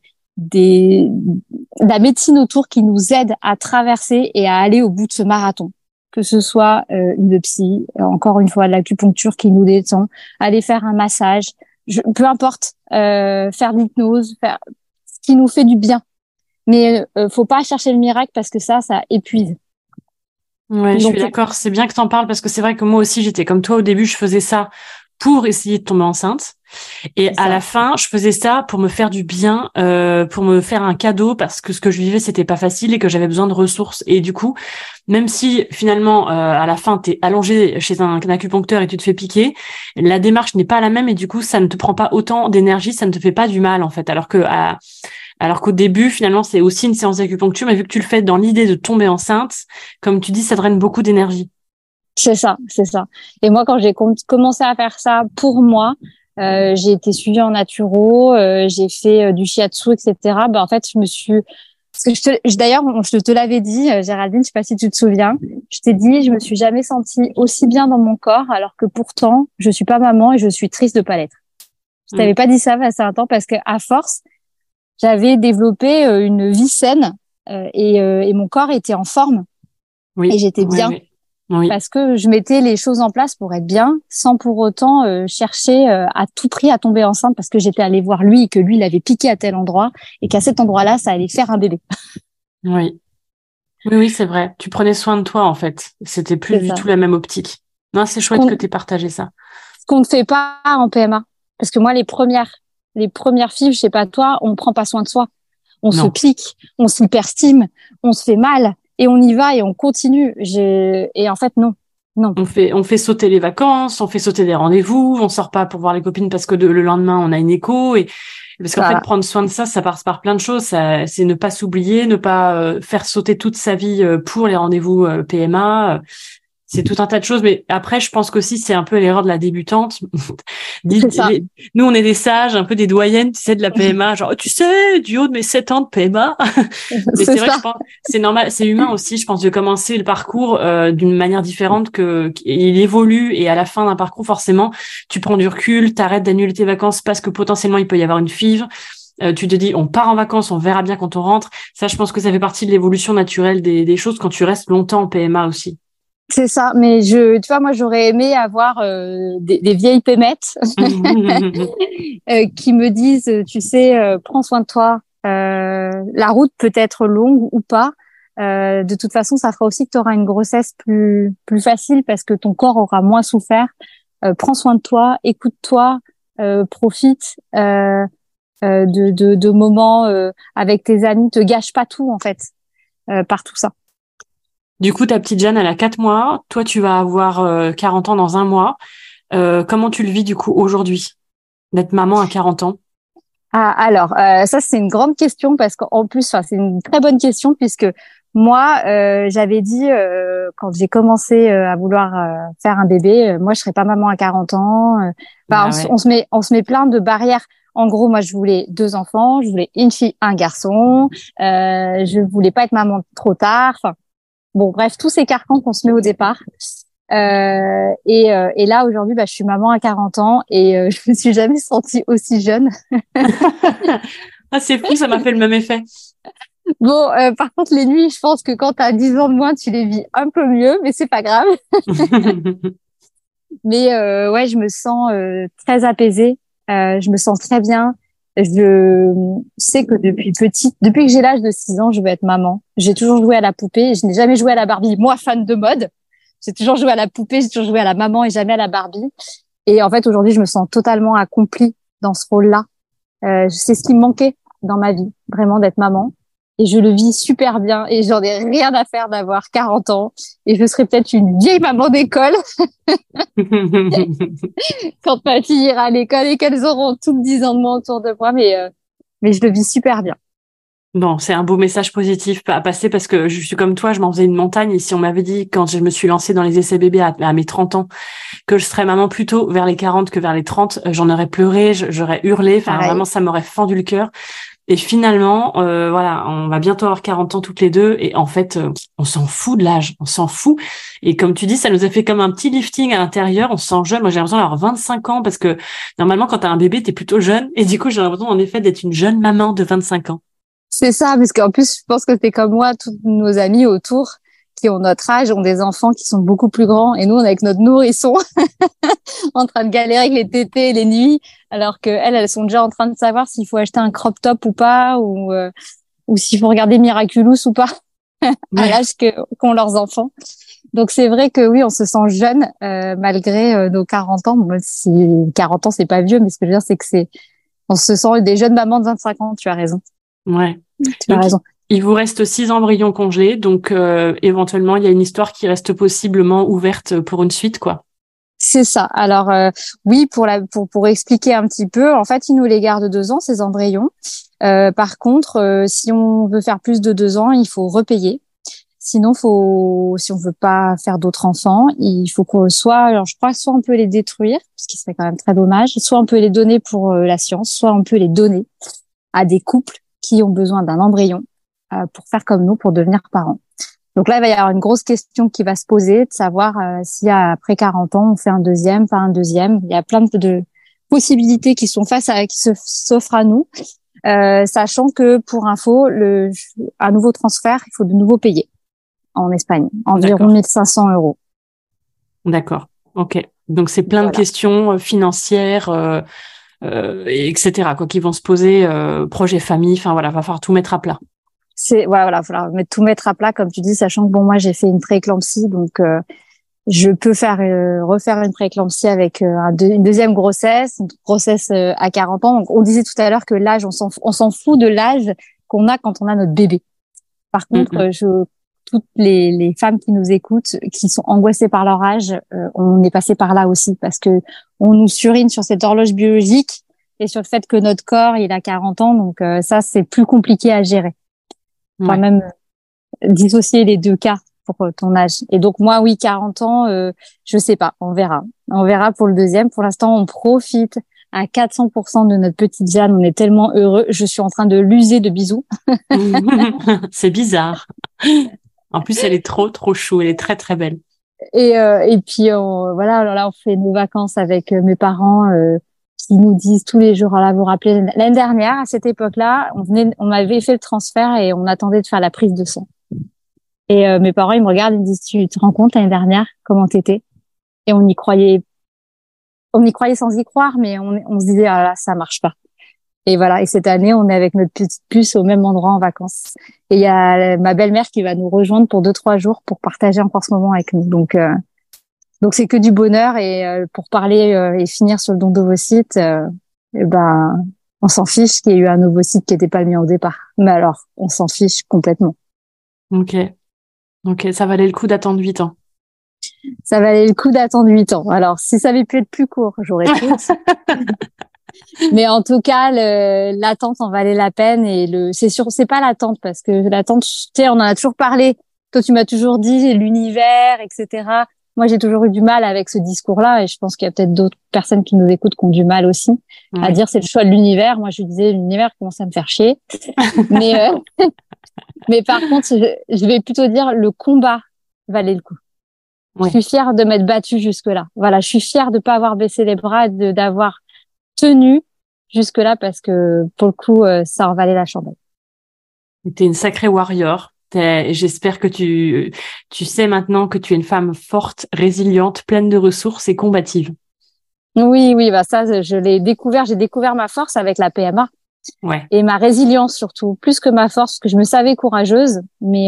la médecine autour qui nous aide à traverser et à aller au bout de ce marathon. Que ce soit une psy, encore une fois, l'acupuncture qui nous détend, aller faire un massage, peu importe, faire de l'hypnose, faire ce qui nous fait du bien. Mais faut pas chercher le miracle parce que ça épuise. Ouais, je suis d'accord. C'est bien que t'en parles parce que c'est vrai que moi aussi, j'étais comme toi au début, je faisais ça pour essayer de tomber enceinte. Et à la fin, je faisais ça pour me faire du bien, pour me faire un cadeau parce que ce que je vivais, c'était pas facile et que j'avais besoin de ressources. Et du coup, même si finalement, à la fin, t'es allongé chez un acupuncteur et tu te fais piquer, la démarche n'est pas la même et du coup, ça ne te prend pas autant d'énergie, ça ne te fait pas du mal en fait. Alors qu'au début, finalement, c'est aussi une séance d'acupuncture, mais vu que tu le fais dans l'idée de tomber enceinte, comme tu dis, ça draine beaucoup d'énergie. C'est ça. Et moi, quand j'ai commencé à faire ça pour moi, j'ai été suivie en naturo, j'ai fait du shiatsu, etc. En fait, je me suis... Parce que d'ailleurs, je te l'avais dit, Géraldine, je sais pas si tu te souviens, je t'ai dit, je me suis jamais sentie aussi bien dans mon corps, alors que pourtant, je suis pas maman et je suis triste de pas l'être. Je t'avais pas dit ça il y a un temps parce que à force, j'avais développé une vie saine et mon corps était en forme et j'étais bien. Oui. Parce que je mettais les choses en place pour être bien, sans pour autant chercher à tout prix à tomber enceinte, parce que j'étais allée voir lui et que lui, il avait piqué à tel endroit et qu'à cet endroit-là, ça allait faire un bébé. Oui, c'est vrai. Tu prenais soin de toi, en fait. C'était plus du tout la même optique. Non, c'est chouette que tu aies partagé ça. Ce qu'on ne fait pas en PMA. Parce que moi, les premières FIV, je sais pas toi, on prend pas soin de soi. On se pique, on s'hyperstime, on se fait mal. Et on y va et on continue. Et en fait, non. On fait sauter les vacances, on fait sauter des rendez-vous, on sort pas pour voir les copines parce que le lendemain on a une écho et parce qu'en fait prendre soin de ça passe par plein de choses. C'est ne pas s'oublier, ne pas faire sauter toute sa vie pour les rendez-vous PMA. C'est tout un tas de choses, mais après, je pense qu'aussi, c'est un peu l'erreur de la débutante. Nous, on est des sages, un peu des doyennes, tu sais, de la PMA. Genre, tu sais, du haut de mes 7 ans de PMA. Mais c'est vrai que je pense, c'est normal, c'est humain aussi, je pense, de commencer le parcours d'une manière différente il évolue et à la fin d'un parcours, forcément, tu prends du recul, t'arrêtes d'annuler tes vacances parce que potentiellement, il peut y avoir une FIV. Tu te dis, on part en vacances, on verra bien quand on rentre. Ça, je pense que ça fait partie de l'évolution naturelle des choses quand tu restes longtemps en PMA aussi. C'est ça, mais tu vois, moi j'aurais aimé avoir des vieilles pémettes qui me disent, tu sais, prends soin de toi. La route peut être longue ou pas. De toute façon, ça fera aussi que tu auras une grossesse plus facile parce que ton corps aura moins souffert. Prends soin de toi, écoute-toi, profite de moments avec tes amis. Te gâche pas tout en fait par tout ça. Du coup, ta petite Jeanne, elle a 4 mois. Toi, tu vas avoir 40 ans dans un mois. Comment tu le vis du coup aujourd'hui, d'être maman à 40 ans? Ah, alors, ça, c'est une grande question parce qu'en plus, enfin, c'est une très bonne question puisque moi, j'avais dit, quand j'ai commencé à vouloir faire un bébé, moi, je serais pas maman à 40 ans. Enfin, Bah ouais. on se met plein de barrières. En gros, moi, je voulais 2 enfants, je voulais une fille, un garçon, je voulais pas être maman trop tard. Enfin, bon, bref, tous ces carcans qu'on se met au départ. Et là, aujourd'hui, bah, je suis maman à 40 ans et je me suis jamais sentie aussi jeune. Ah, c'est fou, ça m'a fait le même effet. Bon, par contre, les nuits, je pense que quand tu as 10 ans de moins, tu les vis un peu mieux, mais c'est pas grave. Mais ouais, je me sens très apaisée, je me sens très bien. Je sais que depuis que j'ai l'âge de 6 ans, je veux être maman. J'ai toujours joué à la poupée, je n'ai jamais joué à la Barbie. Moi, fan de mode, j'ai toujours joué à la poupée, j'ai toujours joué à la maman et jamais à la Barbie. Et en fait, aujourd'hui, je me sens totalement accomplie dans ce rôle-là. C'est ce qui me manquait dans ma vie, vraiment d'être maman. Et je le vis super bien et j'en ai rien à faire d'avoir 40 ans. Et je serai peut-être une vieille maman d'école quand ma fille ira à l'école et qu'elles auront toutes 10 ans de moins autour de moi. Mais je le vis super bien. Bon, c'est un beau message positif à passer parce que je suis comme toi, je m'en faisais une montagne. Et si on m'avait dit, quand je me suis lancée dans les essais bébés à mes 30 ans, que je serais maman plutôt vers les 40 que vers les 30, j'en aurais pleuré, j'aurais hurlé. Enfin, Pareil. vraiment, ça m'aurait fendu le cœur. Et finalement, voilà, on va bientôt avoir 40 ans toutes les deux. Et en fait, on s'en fout de l'âge, on s'en fout. Et comme tu dis, ça nous a fait comme un petit lifting à l'intérieur. On se sent jeune. Moi, j'ai l'impression d'avoir 25 ans parce que normalement, quand t'as un bébé, t'es plutôt jeune. Et du coup, j'ai l'impression, en effet, d'être une jeune maman de 25 ans. C'est ça, parce qu'en plus, je pense que c'est comme moi, tous nos amis autour qui ont notre âge ont des enfants qui sont beaucoup plus grands. Et nous, on est avec notre nourrisson en train de galérer avec les tétés et les nuits, alors que elles sont déjà en train de savoir s'il faut acheter un crop top ou pas, ou s'il faut regarder Miraculous ou pas à Ouais. l'âge qu'ont leurs enfants. Donc c'est vrai que oui, on se sent jeune malgré nos 40 ans. Bon, même si 40 ans, c'est pas vieux, mais ce que je veux dire, c'est que on se sent des jeunes mamans de 25 ans. Tu as raison. Ouais. Tu as Donc, raison. il vous reste 6 embryons congelés. Donc, éventuellement, il y a une histoire qui reste possiblement ouverte pour une suite, quoi. C'est ça. Alors oui, pour expliquer un petit peu, en fait, ils nous les gardent 2 ans ces embryons. Par contre, si on veut faire plus de 2 ans, il faut repayer. Sinon, si on veut pas faire d'autres enfants, il faut qu'on alors je crois, soit on peut les détruire, ce qui serait quand même très dommage, soit on peut les donner pour la science, soit on peut les donner à des couples qui ont besoin d'un embryon pour faire comme nous, pour devenir parents. Donc là, il va y avoir une grosse question qui va se poser, de savoir si après 40 ans, on fait un deuxième, pas un deuxième. Il y a plein de possibilités qui s'offrent à nous, sachant que pour info, un nouveau transfert, il faut de nouveau payer en Espagne, environ D'accord. 1 500 euros. D'accord. OK. Donc, c'est plein de Voilà. questions financières, et etc., quoi, qui vont se poser, projet famille. Enfin, voilà, va falloir tout mettre à plat. Voilà, falloir tout mettre à plat, comme tu dis, sachant que bon, moi, j'ai fait une prééclampsie, donc je peux refaire une prééclampsie avec une deuxième grossesse, une grossesse à 40 ans. Donc, on disait tout à l'heure que l'âge, on s'en fout de l'âge qu'on a quand on a notre bébé. Par Mm, contre, mm. toutes les femmes qui nous écoutent, qui sont angoissées par leur âge, on est passé par là aussi parce que on nous surine sur cette horloge biologique et sur le fait que notre corps, il a 40 ans. Donc ça, c'est plus compliqué à gérer. Enfin, Ouais. même dissocier les deux cas pour ton âge. Et donc moi, oui, 40 ans, je sais pas, on verra. On verra pour le deuxième. Pour l'instant, on profite à 400% de notre petite Jeanne. On est tellement heureux. Je suis en train de l'user de bisous. C'est bizarre. En plus, elle est trop, trop chou. Elle est très, très belle. Et puis voilà, alors là on fait nos vacances avec mes parents qui nous disent tous les jours. Alors là, vous vous rappelez l'année dernière à cette époque-là, on m'avait fait le transfert et on attendait de faire la prise de sang. Et mes parents ils me regardent, ils me disent tu te rends compte l'année dernière comment t'étais? Et on y croyait sans y croire, mais on se disait ah là ça marche pas. Et voilà, et cette année, on est avec notre petite puce au même endroit en vacances. Et il y a ma belle-mère qui va nous rejoindre pour 2-3 jours pour partager encore ce moment avec nous. Donc c'est que du bonheur et pour parler et finir sur le don d'ovocytes, eh ben on s'en fiche qu'il y ait eu un ovocyte qui n'était pas le mien au départ. Mais alors, on s'en fiche complètement. OK. OK. Ça valait le coup d'attendre 8 ans. ça valait le coup d'attendre 8 ans. Alors, si ça avait pu être plus court, j'aurais pris. Mais en tout cas, l'attente en valait la peine et c'est pas l'attente parce que l'attente, tu sais, on en a toujours parlé. Toi, tu m'as toujours dit l'univers, etc. Moi, j'ai toujours eu du mal avec ce discours-là et je pense qu'il y a peut-être d'autres personnes qui nous écoutent qui ont du mal aussi à dire c'est le choix de l'univers. Moi, je disais l'univers commence à me faire chier. Mais mais par contre, je vais plutôt dire le combat valait le coup. Je suis fière de m'être battue jusque-là. Voilà, je suis fière de pas avoir baissé les bras, d'avoir tenu jusque-là parce que pour le coup, ça en valait la chandelle. T'es une sacrée warrior. J'espère que tu sais maintenant que tu es une femme forte, résiliente, pleine de ressources et combative. Oui, bah ça, je l'ai découvert. J'ai découvert ma force avec la PMA et ma résilience surtout, plus que ma force, parce que je me savais courageuse, mais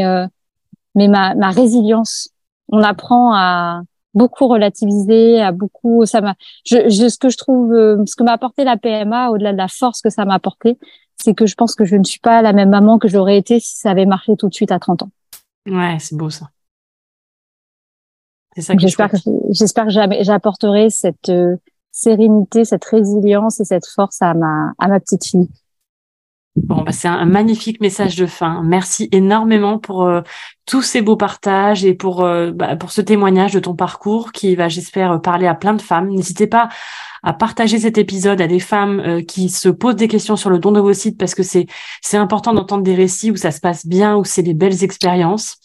ma résilience, on apprend à beaucoup relativiser, à beaucoup. Ce que je trouve, ce que m'a apporté la PMA, au-delà de la force que ça m'a apporté, c'est que je pense que je ne suis pas la même maman que j'aurais été si ça avait marché tout de suite à 30 ans. Ouais, c'est beau ça. C'est ça que j'espère que j'apporterai cette sérénité, cette résilience et cette force à ma petite fille. Bon, bah, c'est un magnifique message de fin. Merci énormément pour tous ces beaux partages et pour ce témoignage de ton parcours qui va, j'espère, parler à plein de femmes. N'hésitez pas à partager cet épisode à des femmes qui se posent des questions sur le don d'ovocytes parce que c'est important d'entendre des récits où ça se passe bien, où c'est des belles expériences.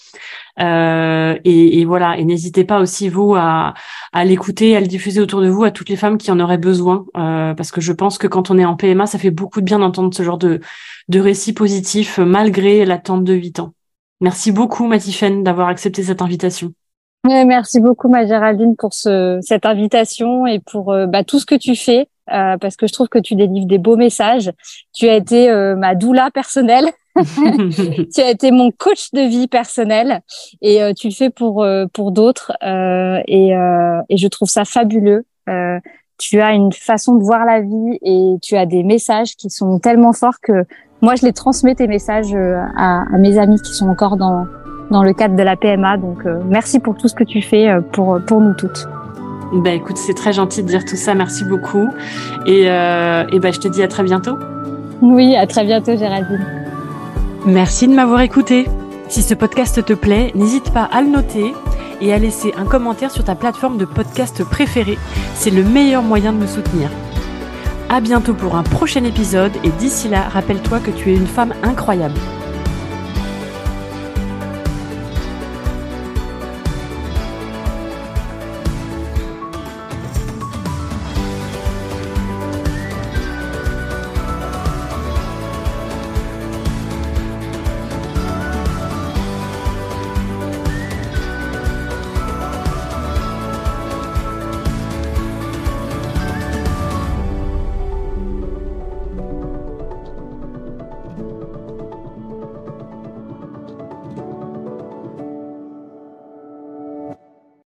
Et voilà. Et n'hésitez pas aussi vous à l'écouter, à le diffuser autour de vous à toutes les femmes qui en auraient besoin, parce que je pense que quand on est en PMA, ça fait beaucoup de bien d'entendre ce genre de récits positifs malgré l'attente de 8 ans. Merci beaucoup, Mathifène, d'avoir accepté cette invitation. Merci beaucoup, ma Géraldine, pour cette invitation et pour tout ce que tu fais, parce que je trouve que tu délivres des beaux messages. Tu as été ma doula personnelle. Tu as été mon coach de vie personnel et tu le fais pour d'autres et je trouve ça fabuleux. Tu as une façon de voir la vie et tu as des messages qui sont tellement forts que moi je les transmets tes messages à mes amis qui sont encore dans le cadre de la PMA. Donc merci pour tout ce que tu fais pour nous toutes. Ben écoute, c'est très gentil de dire tout ça, merci beaucoup et je te dis à très bientôt. Oui, à très bientôt, Géraldine. Merci de m'avoir écouté. Si ce podcast te plaît, n'hésite pas à le noter et à laisser un commentaire sur ta plateforme de podcast préférée. C'est le meilleur moyen de me soutenir. À bientôt pour un prochain épisode et d'ici là, rappelle-toi que tu es une femme incroyable.